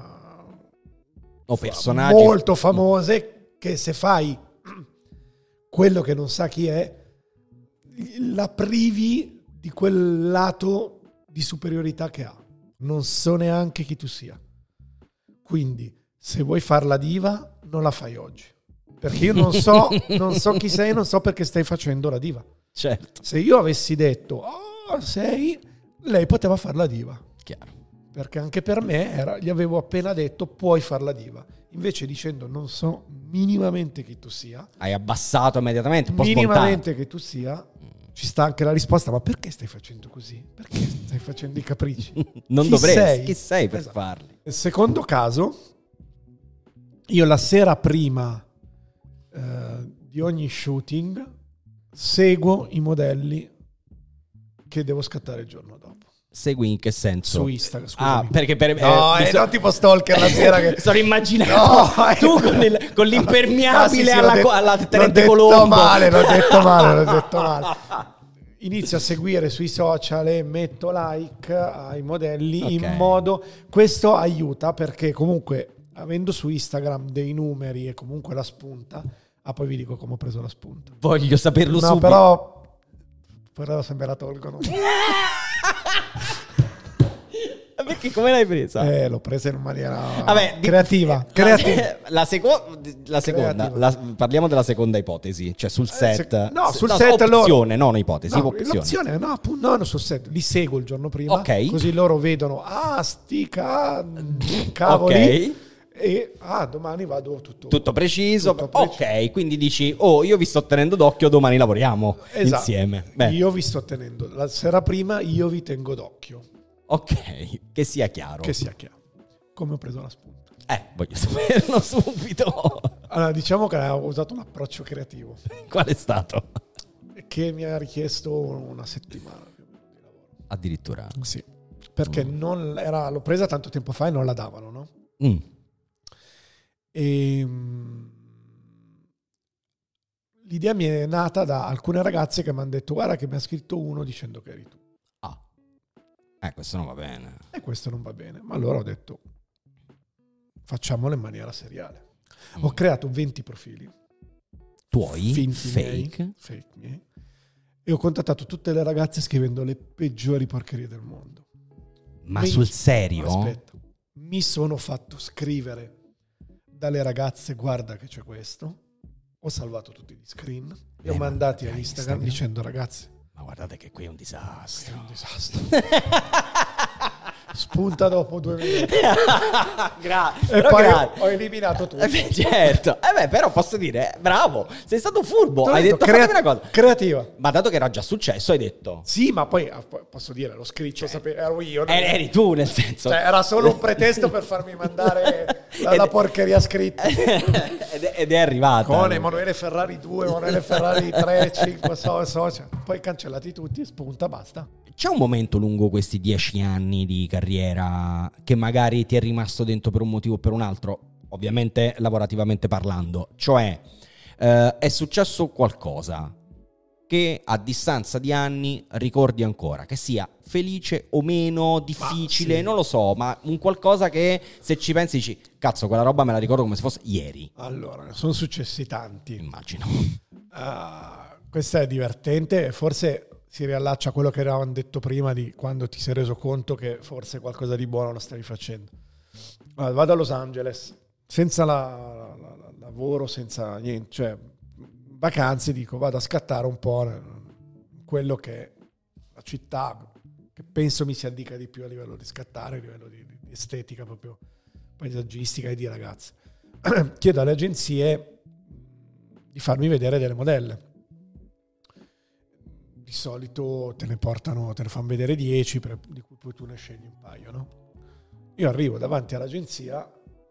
Speaker 1: o personaggi
Speaker 2: molto famose che se fai quello che non sa chi è, la privi di quel lato di superiorità che ha. Non so neanche chi tu sia. Quindi, se vuoi far la diva, non la fai oggi. Perché io non so, non so chi sei, non so perché stai facendo la diva.
Speaker 1: Certo.
Speaker 2: Se io avessi detto, oh, sei, lei poteva far la diva.
Speaker 1: Chiaro.
Speaker 2: Perché anche per me era, gli avevo appena detto, puoi far la diva. Invece dicendo, non so minimamente chi tu sia.
Speaker 1: Hai abbassato immediatamente, un po'
Speaker 2: minimamente
Speaker 1: spontaneo.
Speaker 2: che tu sia. Ci sta anche la risposta, ma perché stai facendo così? Perché stai facendo i capricci?
Speaker 1: Non
Speaker 2: chi
Speaker 1: dovresti,
Speaker 2: sei?
Speaker 1: chi sei per
Speaker 2: Esatto.
Speaker 1: farli?
Speaker 2: Nel secondo caso, io la sera prima eh, di ogni shooting seguo i modelli che devo scattare il giorno dopo.
Speaker 1: segui in che senso?
Speaker 2: Su Instagram, scusami.
Speaker 1: Ah, perché per
Speaker 2: no,
Speaker 1: eh,
Speaker 2: eh,
Speaker 1: so-
Speaker 2: non tipo stalker la sera che...
Speaker 1: sono immaginato
Speaker 2: No,
Speaker 1: tu con, il, con l'impermeabile
Speaker 2: Ah, sì, sì,
Speaker 1: alla,
Speaker 2: l'ho detto-
Speaker 1: alla
Speaker 2: l'ho
Speaker 1: Tenente
Speaker 2: detto
Speaker 1: Colombo.
Speaker 2: male, l'ho detto male, l'ho detto male. Inizio a seguire sui social e metto like ai modelli
Speaker 1: Ok.
Speaker 2: in modo... Questo aiuta perché comunque avendo su Instagram dei numeri e comunque la spunta... Ah, poi vi dico come ho preso la spunta.
Speaker 1: Voglio saperlo
Speaker 2: No,
Speaker 1: subito.
Speaker 2: però... Però se me la tolgono.
Speaker 1: Perché come l'hai presa?
Speaker 2: Eh, l'ho presa in maniera
Speaker 1: Vabbè, di-
Speaker 2: creativa.
Speaker 1: La,
Speaker 2: creativa.
Speaker 1: la, seco- la seconda,
Speaker 2: Creativa.
Speaker 1: la- parliamo della seconda ipotesi, cioè sul set.
Speaker 2: se- no, sul
Speaker 1: no,
Speaker 2: set
Speaker 1: opzione, non ipotesi,
Speaker 2: No,
Speaker 1: opzione.
Speaker 2: l'opzione, no, appunto, no, no, sul set. Li seguo il giorno prima,
Speaker 1: Ok.
Speaker 2: così loro vedono, ah, sti ca- cavoli.
Speaker 1: Ok.
Speaker 2: E ah, domani vado tutto,
Speaker 1: Tutto preciso.
Speaker 2: tutto preciso.
Speaker 1: Ok, quindi dici, oh, io vi sto tenendo d'occhio, domani lavoriamo
Speaker 2: Esatto.
Speaker 1: insieme. Beh,
Speaker 2: Io vi sto tenendo, la sera prima io vi tengo d'occhio,
Speaker 1: ok, che sia chiaro.
Speaker 2: che sia chiaro. Come ho preso la spunta.
Speaker 1: Eh, voglio saperlo subito.
Speaker 2: Allora, diciamo che ho usato un approccio creativo
Speaker 1: Qual è stato?
Speaker 2: che mi ha richiesto una settimana di lavoro.
Speaker 1: Addirittura.
Speaker 2: Sì, perché non era, l'ho presa tanto tempo fa e non la davano, no?
Speaker 1: Mm.
Speaker 2: E, mh, l'idea mi è nata da alcune ragazze che mi hanno detto guarda che mi ha scritto uno dicendo che eri tu.
Speaker 1: Ah. Eh, questo non va bene.
Speaker 2: E questo non va bene. Ma allora ho detto facciamolo in maniera seriale.
Speaker 1: Mm.
Speaker 2: Ho creato venti profili.
Speaker 1: Tuoi?
Speaker 2: Finti
Speaker 1: Fake?
Speaker 2: miei, fake miei. E ho contattato tutte le ragazze scrivendo le peggiori porcherie del mondo.
Speaker 1: Ma
Speaker 2: Mi-
Speaker 1: sul serio?
Speaker 2: Aspetta. Mi sono fatto scrivere dalle ragazze guarda che c'è questo. Ho salvato tutti gli screen. Li ho
Speaker 1: Eh, ma-
Speaker 2: mandati a
Speaker 1: a
Speaker 2: Instagram,
Speaker 1: Instagram?
Speaker 2: dicendo ragazzi
Speaker 1: Ma guardate che qui è un
Speaker 2: è
Speaker 1: disastro.
Speaker 2: un disastro. Spunta dopo due minuti.
Speaker 1: Gra-
Speaker 2: E
Speaker 1: però
Speaker 2: poi
Speaker 1: gra-
Speaker 2: ho eliminato tutto.
Speaker 1: Eh beh, certo. Eh beh, però posso dire, eh, bravo, sei stato furbo.
Speaker 2: T'ho
Speaker 1: Hai
Speaker 2: detto,
Speaker 1: detto,
Speaker 2: crea-
Speaker 1: fatemi una cosa.
Speaker 2: creativa.
Speaker 1: Ma dato che era già successo, hai detto,
Speaker 2: Sì, ma poi ah, poi posso dire, l'ho scritto, sape- ero io. non-
Speaker 1: eh, eri tu nel senso.
Speaker 2: Cioè, era solo un pretesto per farmi mandare la, la
Speaker 1: Ed-
Speaker 2: porcheria scritta.
Speaker 1: ed, è, ed è arrivata.
Speaker 2: Con Emanuele Ferrari due, Emanuele Ferrari tre, cinque, so, so, cioè, poi cancellati tutti, spunta, basta.
Speaker 1: C'è un momento lungo questi dieci anni di carriera che magari ti è rimasto dentro per un motivo o per un altro, ovviamente lavorativamente parlando, cioè eh, è successo qualcosa che a distanza di anni ricordi ancora, che sia felice o meno, difficile,
Speaker 2: sì.
Speaker 1: non lo so, ma un qualcosa che se ci pensi dici, cazzo, quella roba me la ricordo come se fosse ieri,
Speaker 2: Allora, sono successi tanti.
Speaker 1: immagino.
Speaker 2: Ah, questo è divertente, forse si riallaccia a quello che avevamo detto prima di quando ti sei reso conto che forse qualcosa di buono lo stavi facendo. Allora, vado a Los Angeles senza la, la- la- lavoro, senza niente, cioè vacanze, dico vado a scattare un po' in quello che è la città che penso mi si addica di più a livello di scattare, a livello di, di estetica proprio paesaggistica e di ragazze. Chiedo alle agenzie di farmi vedere delle modelle. Di solito te ne portano, te ne fanno vedere dieci, per- di cui poi tu ne scegli un paio, no? Io arrivo davanti all'agenzia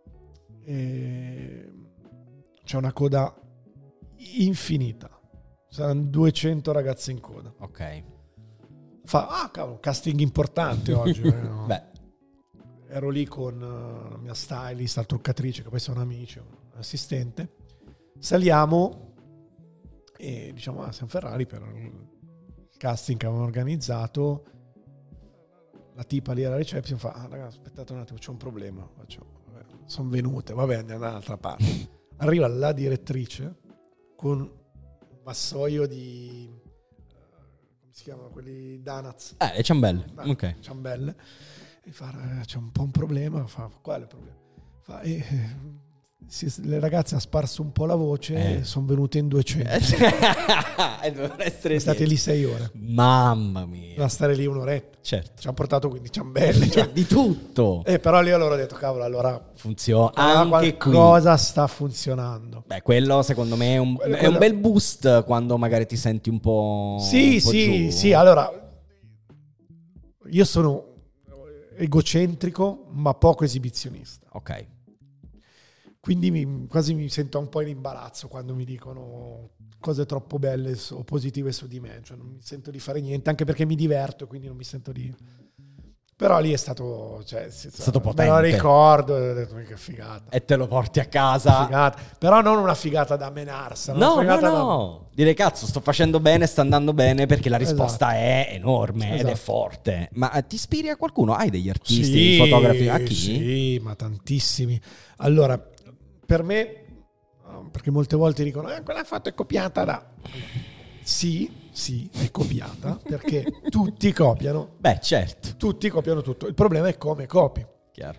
Speaker 2: e c'è una coda infinita. Saranno duecento ragazze in coda.
Speaker 1: Ok.
Speaker 2: Fa, ah cavolo, casting importante oggi. eh, no?
Speaker 1: Beh,
Speaker 2: Ero lì con eh, la mia stylist, la truccatrice, che poi sono amici, un assistente. Saliamo e diciamo, ah, siamo Ferrari per il casting che avevamo organizzato. La tipa lì alla reception fa, ah ragazzi, aspettate un attimo, c'è un problema. Faccio, vabbè, sono venute, vabbè, andiamo dall'altra parte. Arriva la direttrice con un vassoio di, eh, come si chiamano quelli, donuts.
Speaker 1: eh, le ciambelle.
Speaker 2: Ah,
Speaker 1: Ok.
Speaker 2: ciambelle. E fa, eh, c'è un po' un problema. Fa, quale problema? Fa, eh, eh, si- le ragazze hanno sparso un po' la voce
Speaker 1: Eh.
Speaker 2: e sono venute in duecento.
Speaker 1: E dovevano essere
Speaker 2: Sono state
Speaker 1: dieci.
Speaker 2: lì sei ore.
Speaker 1: Mamma mia.
Speaker 2: Doveva stare lì un'oretta.
Speaker 1: Certo.
Speaker 2: Ci hanno portato quindi ciambelle. Cioè.
Speaker 1: Di tutto.
Speaker 2: Eh, però lì allora ho detto, cavolo, allora
Speaker 1: Funziona
Speaker 2: allora
Speaker 1: anche qui.
Speaker 2: qualcosa sta funzionando.
Speaker 1: Beh, quello secondo me è un,
Speaker 2: Quello-
Speaker 1: è un
Speaker 2: quello-
Speaker 1: bel boost quando magari ti senti un po'.
Speaker 2: Sì,
Speaker 1: un po'
Speaker 2: sì,
Speaker 1: giù.
Speaker 2: sì. Allora, io sono egocentrico, ma poco esibizionista.
Speaker 1: Ok.
Speaker 2: Quindi mi- quasi mi sento un po' in imbarazzo quando mi dicono cose troppo belle o positive su di me. Cioè non mi sento di fare niente, anche perché mi diverto, quindi non mi sento di... Però lì è stato, cioè, è
Speaker 1: stato potente.
Speaker 2: Me lo ricordo e ho detto che figata.
Speaker 1: E te lo porti a casa.
Speaker 2: Figata. Però non una figata da menarsela.
Speaker 1: No,
Speaker 2: una
Speaker 1: no, no. Da... Dire cazzo, sto facendo bene, sta andando bene, perché la risposta esatto. è enorme esatto. ed è forte. Ma ti ispiri a qualcuno? Hai degli artisti,
Speaker 2: sì,
Speaker 1: dei fotografi? A chi?
Speaker 2: Sì, ma tantissimi. Allora, per me, perché molte volte dicono, eh, quella foto è copiata da... Sì. Sì, è copiata, perché tutti copiano.
Speaker 1: Beh, certo.
Speaker 2: Tutti copiano tutto. Il problema è come copi.
Speaker 1: Chiaro.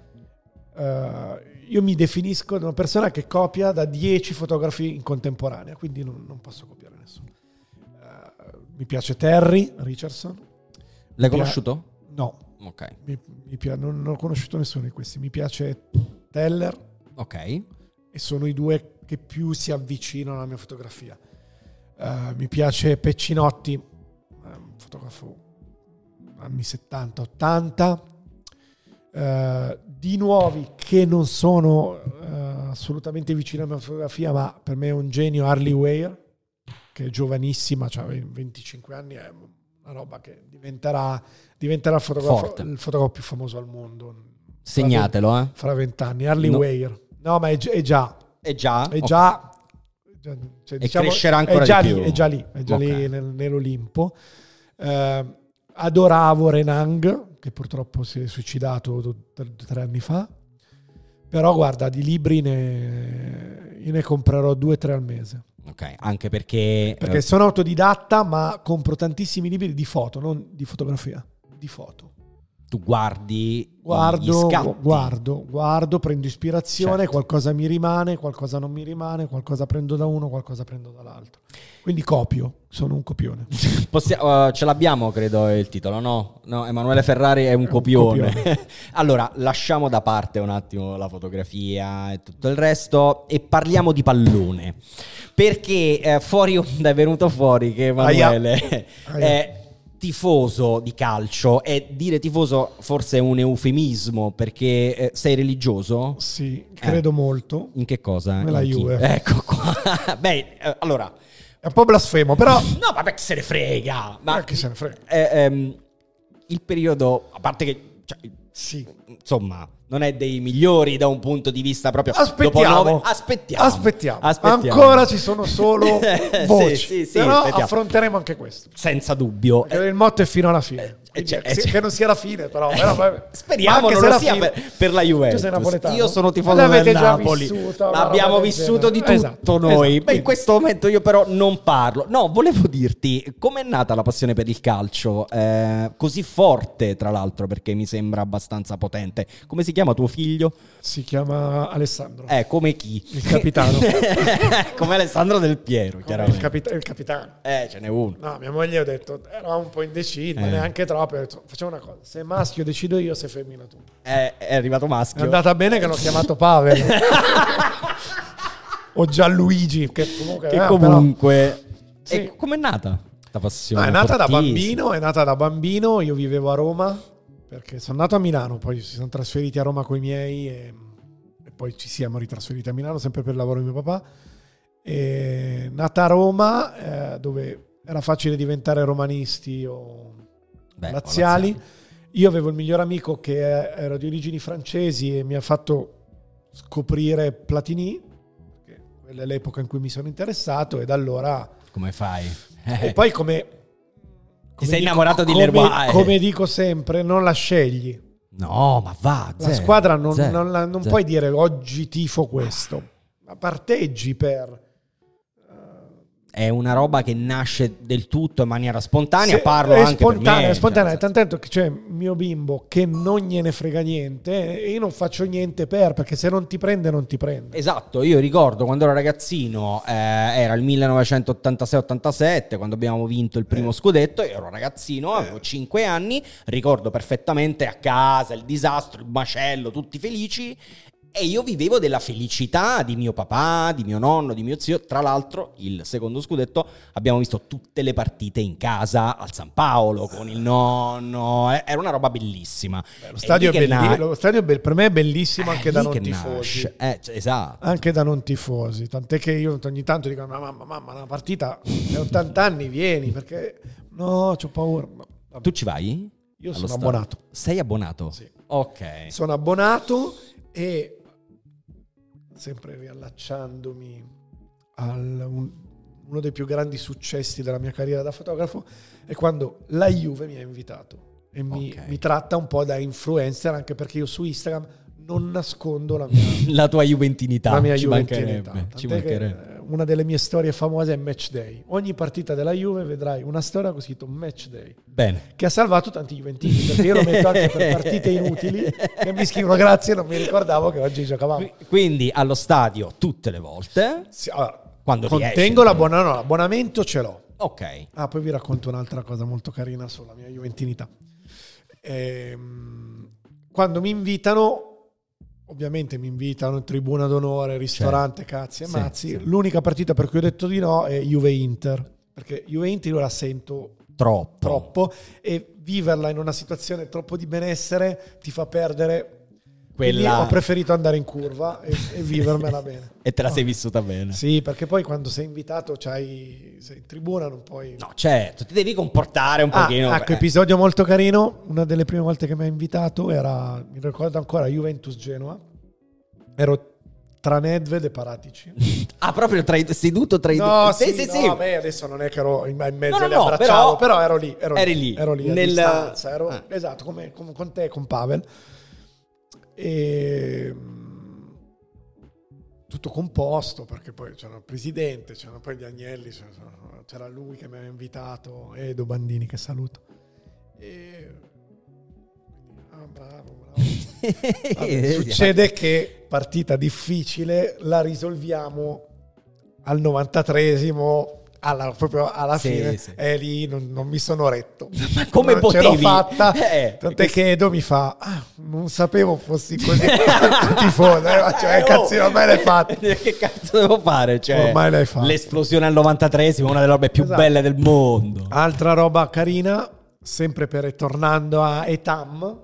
Speaker 2: Uh, io mi definisco una persona che copia da dieci fotografi in contemporanea, quindi non, non posso copiare nessuno. Uh, mi piace Terry Richardson.
Speaker 1: L'hai conosciuto?
Speaker 2: Pia- no.
Speaker 1: Ok.
Speaker 2: Mi, mi pia- non, non ho conosciuto nessuno di questi. Mi piace Teller.
Speaker 1: Ok.
Speaker 2: E sono i due che più si avvicinano alla mia fotografia. Uh, mi piace Peccinotti, um, fotografo anni settanta ottanta. Uh, di nuovi che non sono uh, assolutamente vicino alla mia fotografia, ma per me è un genio, Harley Weir, che è giovanissima, cioè venticinque anni, è una roba che diventerà, diventerà il, fotografo, il fotografo più famoso al mondo.
Speaker 1: Segnatelo, eh.
Speaker 2: Fra vent'anni, Harley
Speaker 1: no.
Speaker 2: Weir. No, ma è, è già.
Speaker 1: È già?
Speaker 2: È già.
Speaker 1: Okay.
Speaker 2: Cioè,
Speaker 1: e
Speaker 2: diciamo,
Speaker 1: crescerà ancora
Speaker 2: è già
Speaker 1: di
Speaker 2: lì,
Speaker 1: più.
Speaker 2: È già lì, è già
Speaker 1: okay.
Speaker 2: lì nel, nell'Olimpo. Eh, adoravo Renang, che purtroppo si è suicidato due o tre anni fa. Però guarda, di libri ne, io ne comprerò due o tre al mese.
Speaker 1: Ok, anche perché...
Speaker 2: Perché
Speaker 1: eh...
Speaker 2: sono autodidatta, ma compro tantissimi libri di foto, non di fotografia, di foto.
Speaker 1: Tu guardi
Speaker 2: guardo,
Speaker 1: gli scatti.
Speaker 2: guardo, guardo, prendo ispirazione,
Speaker 1: certo.
Speaker 2: qualcosa mi rimane, qualcosa non mi rimane, qualcosa prendo da uno, qualcosa prendo dall'altro. Quindi copio, sono un copione.
Speaker 1: Possiamo, uh, ce l'abbiamo, credo, il titolo, no? No, Emanuele Ferrari è un è copione. Un copione. Allora, lasciamo da parte un attimo la fotografia e tutto il resto e parliamo di pallone. Perché eh, fuori onda è venuto fuori che Emanuele Aia. Aia. è... tifoso di calcio, e dire tifoso forse è un eufemismo, perché eh, sei religioso?
Speaker 2: Sì, credo eh. molto.
Speaker 1: In che cosa?
Speaker 2: Nella
Speaker 1: In
Speaker 2: Juve.
Speaker 1: Ecco qua. Beh, eh, allora...
Speaker 2: È un po' blasfemo, però...
Speaker 1: No, vabbè, che se ne frega. Ma
Speaker 2: eh, chi se ne frega?
Speaker 1: Eh, ehm, il periodo, a parte che... Cioè,
Speaker 2: sì.
Speaker 1: Insomma... non è dei migliori da un punto di vista proprio...
Speaker 2: Aspettiamo.
Speaker 1: Nove... Aspettiamo.
Speaker 2: Aspettiamo.
Speaker 1: Aspettiamo.
Speaker 2: Ancora ci sono solo voci.
Speaker 1: sì, sì, sì,
Speaker 2: però
Speaker 1: aspettiamo.
Speaker 2: affronteremo anche questo.
Speaker 1: Senza dubbio.
Speaker 2: Perché il motto è fino alla fine.
Speaker 1: Eh, cioè,
Speaker 2: sì,
Speaker 1: cioè,
Speaker 2: che non sia la fine, però. però
Speaker 1: speriamo non lo sia per, per la Juventus.
Speaker 2: Tu sei napoletano?
Speaker 1: Io sono tifoso del Napoli.
Speaker 2: Vissuto,
Speaker 1: Abbiamo vissuto di tutto
Speaker 2: esatto,
Speaker 1: noi.
Speaker 2: Esatto.
Speaker 1: Beh, in questo momento io però non parlo. No, volevo dirti, com'è nata la passione per il calcio? Eh, così forte, tra l'altro, perché mi sembra abbastanza potente. Come si chiama tuo figlio?
Speaker 2: Si chiama Alessandro.
Speaker 1: Eh, come chi?
Speaker 2: Il capitano.
Speaker 1: Come Alessandro Del Piero, chiaramente.
Speaker 2: Il, capita- il capitano.
Speaker 1: Eh, ce n'è uno.
Speaker 2: No, mia moglie ha detto, eravamo un po' indecisi, eh. ma neanche troppo. Ho detto, facciamo una cosa, se maschio decido io, se femmina tu.
Speaker 1: Eh, è arrivato maschio.
Speaker 2: È andata bene che l'ho chiamato Pavel. O Gianluigi, che comunque...
Speaker 1: Che
Speaker 2: eh,
Speaker 1: comunque...
Speaker 2: Però, sì.
Speaker 1: E com'è nata la passione?
Speaker 2: No, è nata
Speaker 1: fortissima.
Speaker 2: da bambino, è nata da bambino, io vivevo a Roma, perché sono nato a Milano, poi si sono trasferiti a Roma coi miei e, e poi ci siamo ritrasferiti a Milano, sempre per il lavoro di mio papà. E nata a Roma, eh, dove era facile diventare romanisti o
Speaker 1: Beh,
Speaker 2: laziali.
Speaker 1: o laziali.
Speaker 2: Io avevo il miglior amico che era di origini francesi e mi ha fatto scoprire Platini, che quella è l'epoca in cui mi sono interessato, e da allora...
Speaker 1: Come fai?
Speaker 2: E poi come...
Speaker 1: Ti sei dico, innamorato di
Speaker 2: come,
Speaker 1: Leroy.
Speaker 2: Come dico sempre, non la scegli.
Speaker 1: No, ma va.
Speaker 2: La
Speaker 1: zero,
Speaker 2: squadra non,
Speaker 1: zero,
Speaker 2: non, la, non puoi dire oggi tifo questo, ma parteggi per...
Speaker 1: È una roba che nasce del tutto in maniera spontanea.
Speaker 2: Se,
Speaker 1: Parlo
Speaker 2: è
Speaker 1: anche
Speaker 2: spontanea,
Speaker 1: per me.
Speaker 2: È spontanea,
Speaker 1: cioè,
Speaker 2: tant'è che c'è mio bimbo che non gliene frega niente e io non faccio niente per, perché se non ti prende non ti prende.
Speaker 1: Esatto, io ricordo quando ero ragazzino, eh, era il millenovecentottantasei ottantasette, quando abbiamo vinto il primo eh. scudetto. Io ero ragazzino, avevo cinque anni, ricordo perfettamente a casa il disastro, il macello, tutti felici. E io vivevo della felicità di mio papà, di mio nonno, di mio zio. Tra l'altro, il secondo scudetto abbiamo visto tutte le partite in casa al San Paolo con il nonno. Era una roba bellissima.
Speaker 2: Beh, lo, stadio belli- na- lo stadio be- per me è bellissimo anche da non tifosi.
Speaker 1: Eh, esatto.
Speaker 2: Anche da non tifosi. Tant'è che io ogni tanto dico: ma mamma, mamma, una partita è ottanta anni, vieni, perché no, c'ho paura.
Speaker 1: Tu ci vai?
Speaker 2: Io
Speaker 1: Allo
Speaker 2: sono
Speaker 1: stadio.
Speaker 2: abbonato.
Speaker 1: Sei abbonato?
Speaker 2: Sì.
Speaker 1: Ok.
Speaker 2: Sono abbonato e sempre riallacciandomi al un, uno dei più grandi successi della mia carriera da fotografo è quando la Juve mi ha invitato e mi,
Speaker 1: Ok.
Speaker 2: mi tratta un po' da influencer, anche perché io su Instagram non nascondo la mia,
Speaker 1: La tua juventinità.
Speaker 2: la mia
Speaker 1: ci
Speaker 2: juventinità.
Speaker 1: mancherebbe. Ci
Speaker 2: Tant'è che,
Speaker 1: mancherebbe.
Speaker 2: eh, una delle mie storie famose è Match Day. Ogni partita della Juve vedrai una storia con scritto Match Day,
Speaker 1: Bene.
Speaker 2: che ha salvato tanti juventini, perché io lo metto anche per partite inutili che mi scrivono grazie, non mi ricordavo che oggi giocavamo.
Speaker 1: Qui- Quindi allo stadio tutte le volte.
Speaker 2: Sì, allora,
Speaker 1: Quando riesci,
Speaker 2: contengo
Speaker 1: insomma.
Speaker 2: l'abbona- no, l'abbonamento, ce l'ho.
Speaker 1: Ok.
Speaker 2: Ah, poi vi racconto un'altra cosa molto carina sulla mia juventinità. Ehm, quando mi invitano, ovviamente mi invitano in tribuna d'onore, ristorante, cazzi e
Speaker 1: Sì,
Speaker 2: mazzi.
Speaker 1: sì.
Speaker 2: L'unica partita per cui ho detto di no è Juve-Inter, perché Juve-Inter io la sento
Speaker 1: Troppo.
Speaker 2: troppo e viverla in una situazione troppo di benessere ti fa perdere. Quindi
Speaker 1: Quella...
Speaker 2: ho preferito andare in curva e, e vivermela bene.
Speaker 1: E te la
Speaker 2: No.
Speaker 1: sei vissuta bene.
Speaker 2: Sì, perché poi quando sei invitato c'hai, sei in tribuna, non puoi...
Speaker 1: No, certo, ti devi comportare un
Speaker 2: Ah,
Speaker 1: pochino.
Speaker 2: ecco,
Speaker 1: eh.
Speaker 2: episodio molto carino. Una delle prime volte che mi ha invitato era, mi ricordo ancora, Juventus-Genoa. Ero tra Nedved e Paratici.
Speaker 1: Ah, proprio tra i, seduto tra i
Speaker 2: No,
Speaker 1: due.
Speaker 2: sì,
Speaker 1: sì,
Speaker 2: no,
Speaker 1: sì.
Speaker 2: a me adesso non è che ero in in mezzo
Speaker 1: No, no,
Speaker 2: e li
Speaker 1: no,
Speaker 2: abbracciavo,
Speaker 1: però-
Speaker 2: però, ero lì, ero
Speaker 1: eri
Speaker 2: lì,
Speaker 1: lì,
Speaker 2: ero lì a
Speaker 1: nel-
Speaker 2: distanza, ero,
Speaker 1: Ah.
Speaker 2: esatto, come, come con te, con Pavel. E mm, tutto composto, perché poi c'era il presidente, c'erano poi gli Agnelli, c'era, c'era lui che mi aveva invitato, Edo Bandini, che saluto. E quindi, ah, bravo, bravo. Vabbè, succede che partita difficile la risolviamo al novantatreesimo, alla, proprio alla
Speaker 1: Sì,
Speaker 2: fine,
Speaker 1: sì.
Speaker 2: e lì non, non mi sono retto.
Speaker 1: Ma come
Speaker 2: Non
Speaker 1: potevi?
Speaker 2: ce l'ho fatta,
Speaker 1: Eh,
Speaker 2: tant'è
Speaker 1: questo-
Speaker 2: che Edo mi fa ah, non sapevo fossi così tifoso, eh, faccio, eh,
Speaker 1: oh,
Speaker 2: cazzo, ormai l'hai fatta.
Speaker 1: Che cazzo devo fare? Cioè,
Speaker 2: Ormai l'hai fatta.
Speaker 1: l'esplosione al novantatreesimo, una delle robe più
Speaker 2: Esatto.
Speaker 1: belle del mondo.
Speaker 2: Altra roba carina, sempre per tornando a Etam,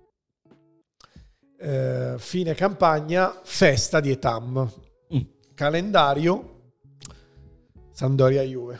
Speaker 2: eh, fine campagna, festa di Etam,
Speaker 1: Mm.
Speaker 2: calendario Sampdoria Juve.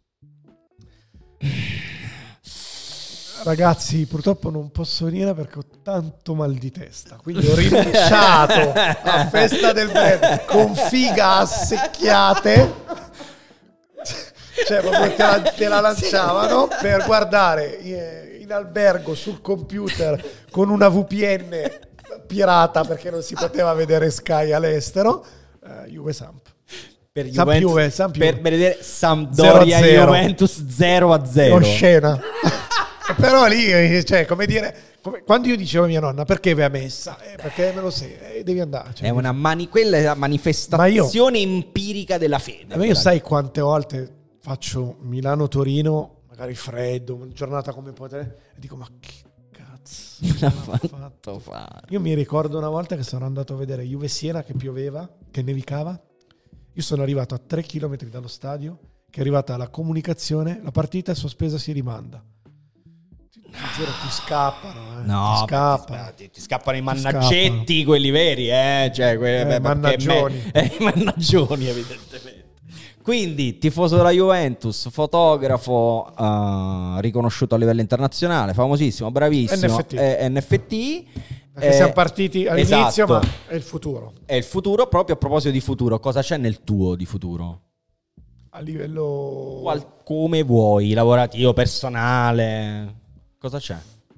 Speaker 2: Ragazzi, purtroppo non posso venire perché ho tanto mal di testa, quindi ho rinunciato a festa del brand con figa a secchiate. Cioè proprio te la, te la lanciavano per guardare in, in albergo sul computer con una V P N pirata perché non si poteva vedere Sky all'estero. uh, Juve Samp
Speaker 1: Per
Speaker 2: Samp
Speaker 1: Juventus-
Speaker 2: Juve, Samp Juve.
Speaker 1: per vedere Sampdoria
Speaker 2: zero a zero.
Speaker 1: Juventus zero a zero.
Speaker 2: Oscena. Però lì, cioè, come dire, come, quando io dicevo a mia nonna perché vai a messa, eh, perché me lo sei, eh, devi andare. Cioè,
Speaker 1: È una mani- quella è la manifestazione empirica della fede.
Speaker 2: a me io sai quante volte faccio Milano-Torino, magari freddo, una giornata come potere, e dico ma che cazzo
Speaker 1: l'ha
Speaker 2: ha
Speaker 1: fatto fare.
Speaker 2: Io mi ricordo una volta che sono andato a vedere Juve-Siena che pioveva, che nevicava. Io sono arrivato a tre chilometri dallo stadio, che è arrivata la comunicazione, la partita è sospesa, si rimanda. Ti giuro, ti scappano, eh.
Speaker 1: No,
Speaker 2: ti scappano.
Speaker 1: beh, ti, ti scappano i
Speaker 2: Ti
Speaker 1: mannaggetti,
Speaker 2: scappano.
Speaker 1: quelli veri, eh? Cioè, que-
Speaker 2: Eh,
Speaker 1: beh, perché
Speaker 2: mannaggioni.
Speaker 1: me- eh, i mannaggioni, evidentemente. Quindi, tifoso della Juventus, fotografo eh, riconosciuto a livello internazionale, famosissimo, bravissimo.
Speaker 2: N F T.
Speaker 1: eh, N F T.
Speaker 2: Perché
Speaker 1: eh,
Speaker 2: siamo partiti all'inizio,
Speaker 1: esatto.
Speaker 2: ma è il futuro.
Speaker 1: È il futuro. Proprio a proposito di futuro, cosa c'è nel tuo di futuro?
Speaker 2: A livello...
Speaker 1: Qual- come vuoi, lavorativo, personale, cosa c'è?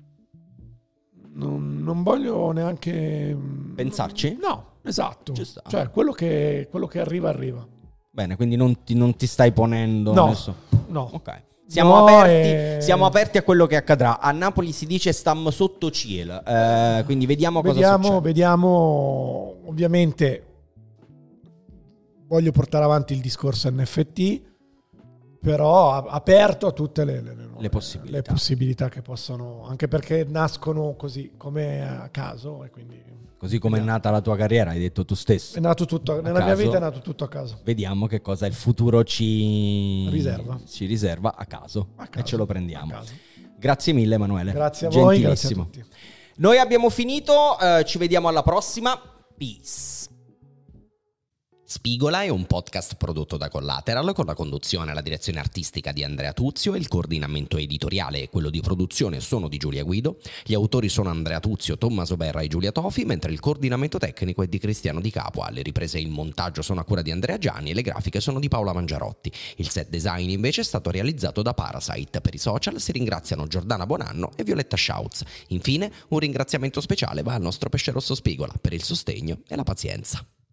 Speaker 2: Non, non voglio neanche...
Speaker 1: Pensarci?
Speaker 2: No, esatto.
Speaker 1: Ci sta.
Speaker 2: Cioè, quello che, quello che arriva, arriva.
Speaker 1: Bene, quindi non ti, non ti stai ponendo
Speaker 2: No,
Speaker 1: adesso.
Speaker 2: no.
Speaker 1: Ok. Siamo,
Speaker 2: No,
Speaker 1: aperti,
Speaker 2: e-
Speaker 1: siamo aperti a quello che accadrà. A Napoli si dice stiamo sotto cielo, eh, quindi vediamo, cosa
Speaker 2: Vediamo,
Speaker 1: succede.
Speaker 2: vediamo, ovviamente voglio portare avanti il discorso N F T, però a- aperto a tutte le, le,
Speaker 1: Le possibilità.
Speaker 2: le possibilità che possono, anche perché nascono così come a caso e quindi
Speaker 1: Così come è
Speaker 2: vediamo.
Speaker 1: nata la tua carriera, hai detto tu stesso.
Speaker 2: È nato tutto, nella mia
Speaker 1: caso.
Speaker 2: vita è nato tutto a caso.
Speaker 1: Vediamo che cosa il futuro ci
Speaker 2: Riserva.
Speaker 1: ci riserva a caso,
Speaker 2: A
Speaker 1: e
Speaker 2: caso,
Speaker 1: ce lo prendiamo.
Speaker 2: a caso.
Speaker 1: Grazie mille Emanuele.
Speaker 2: Grazie a voi, grazie a
Speaker 1: Gentilissimo.
Speaker 2: tutti.
Speaker 1: Noi abbiamo finito, eh, ci vediamo alla prossima. Peace. Spigola è un podcast prodotto da Collateral con la conduzione e la direzione artistica di Andrea Tuzio e il coordinamento editoriale e quello di produzione sono di Giulia Guido. Gli autori sono Andrea Tuzio, Tommaso Berra e Giulia Tofi, mentre il coordinamento tecnico è di Cristiano Di Capua. Le riprese e il montaggio sono a cura di Andrea Gianni e le grafiche sono di Paola Mangiarotti. Il set design invece è stato realizzato da Parasite. Per i social si ringraziano Giordana Bonanno e Violetta Schautz. Infine, un ringraziamento speciale va al nostro pesce rosso Spigola per il sostegno e la pazienza.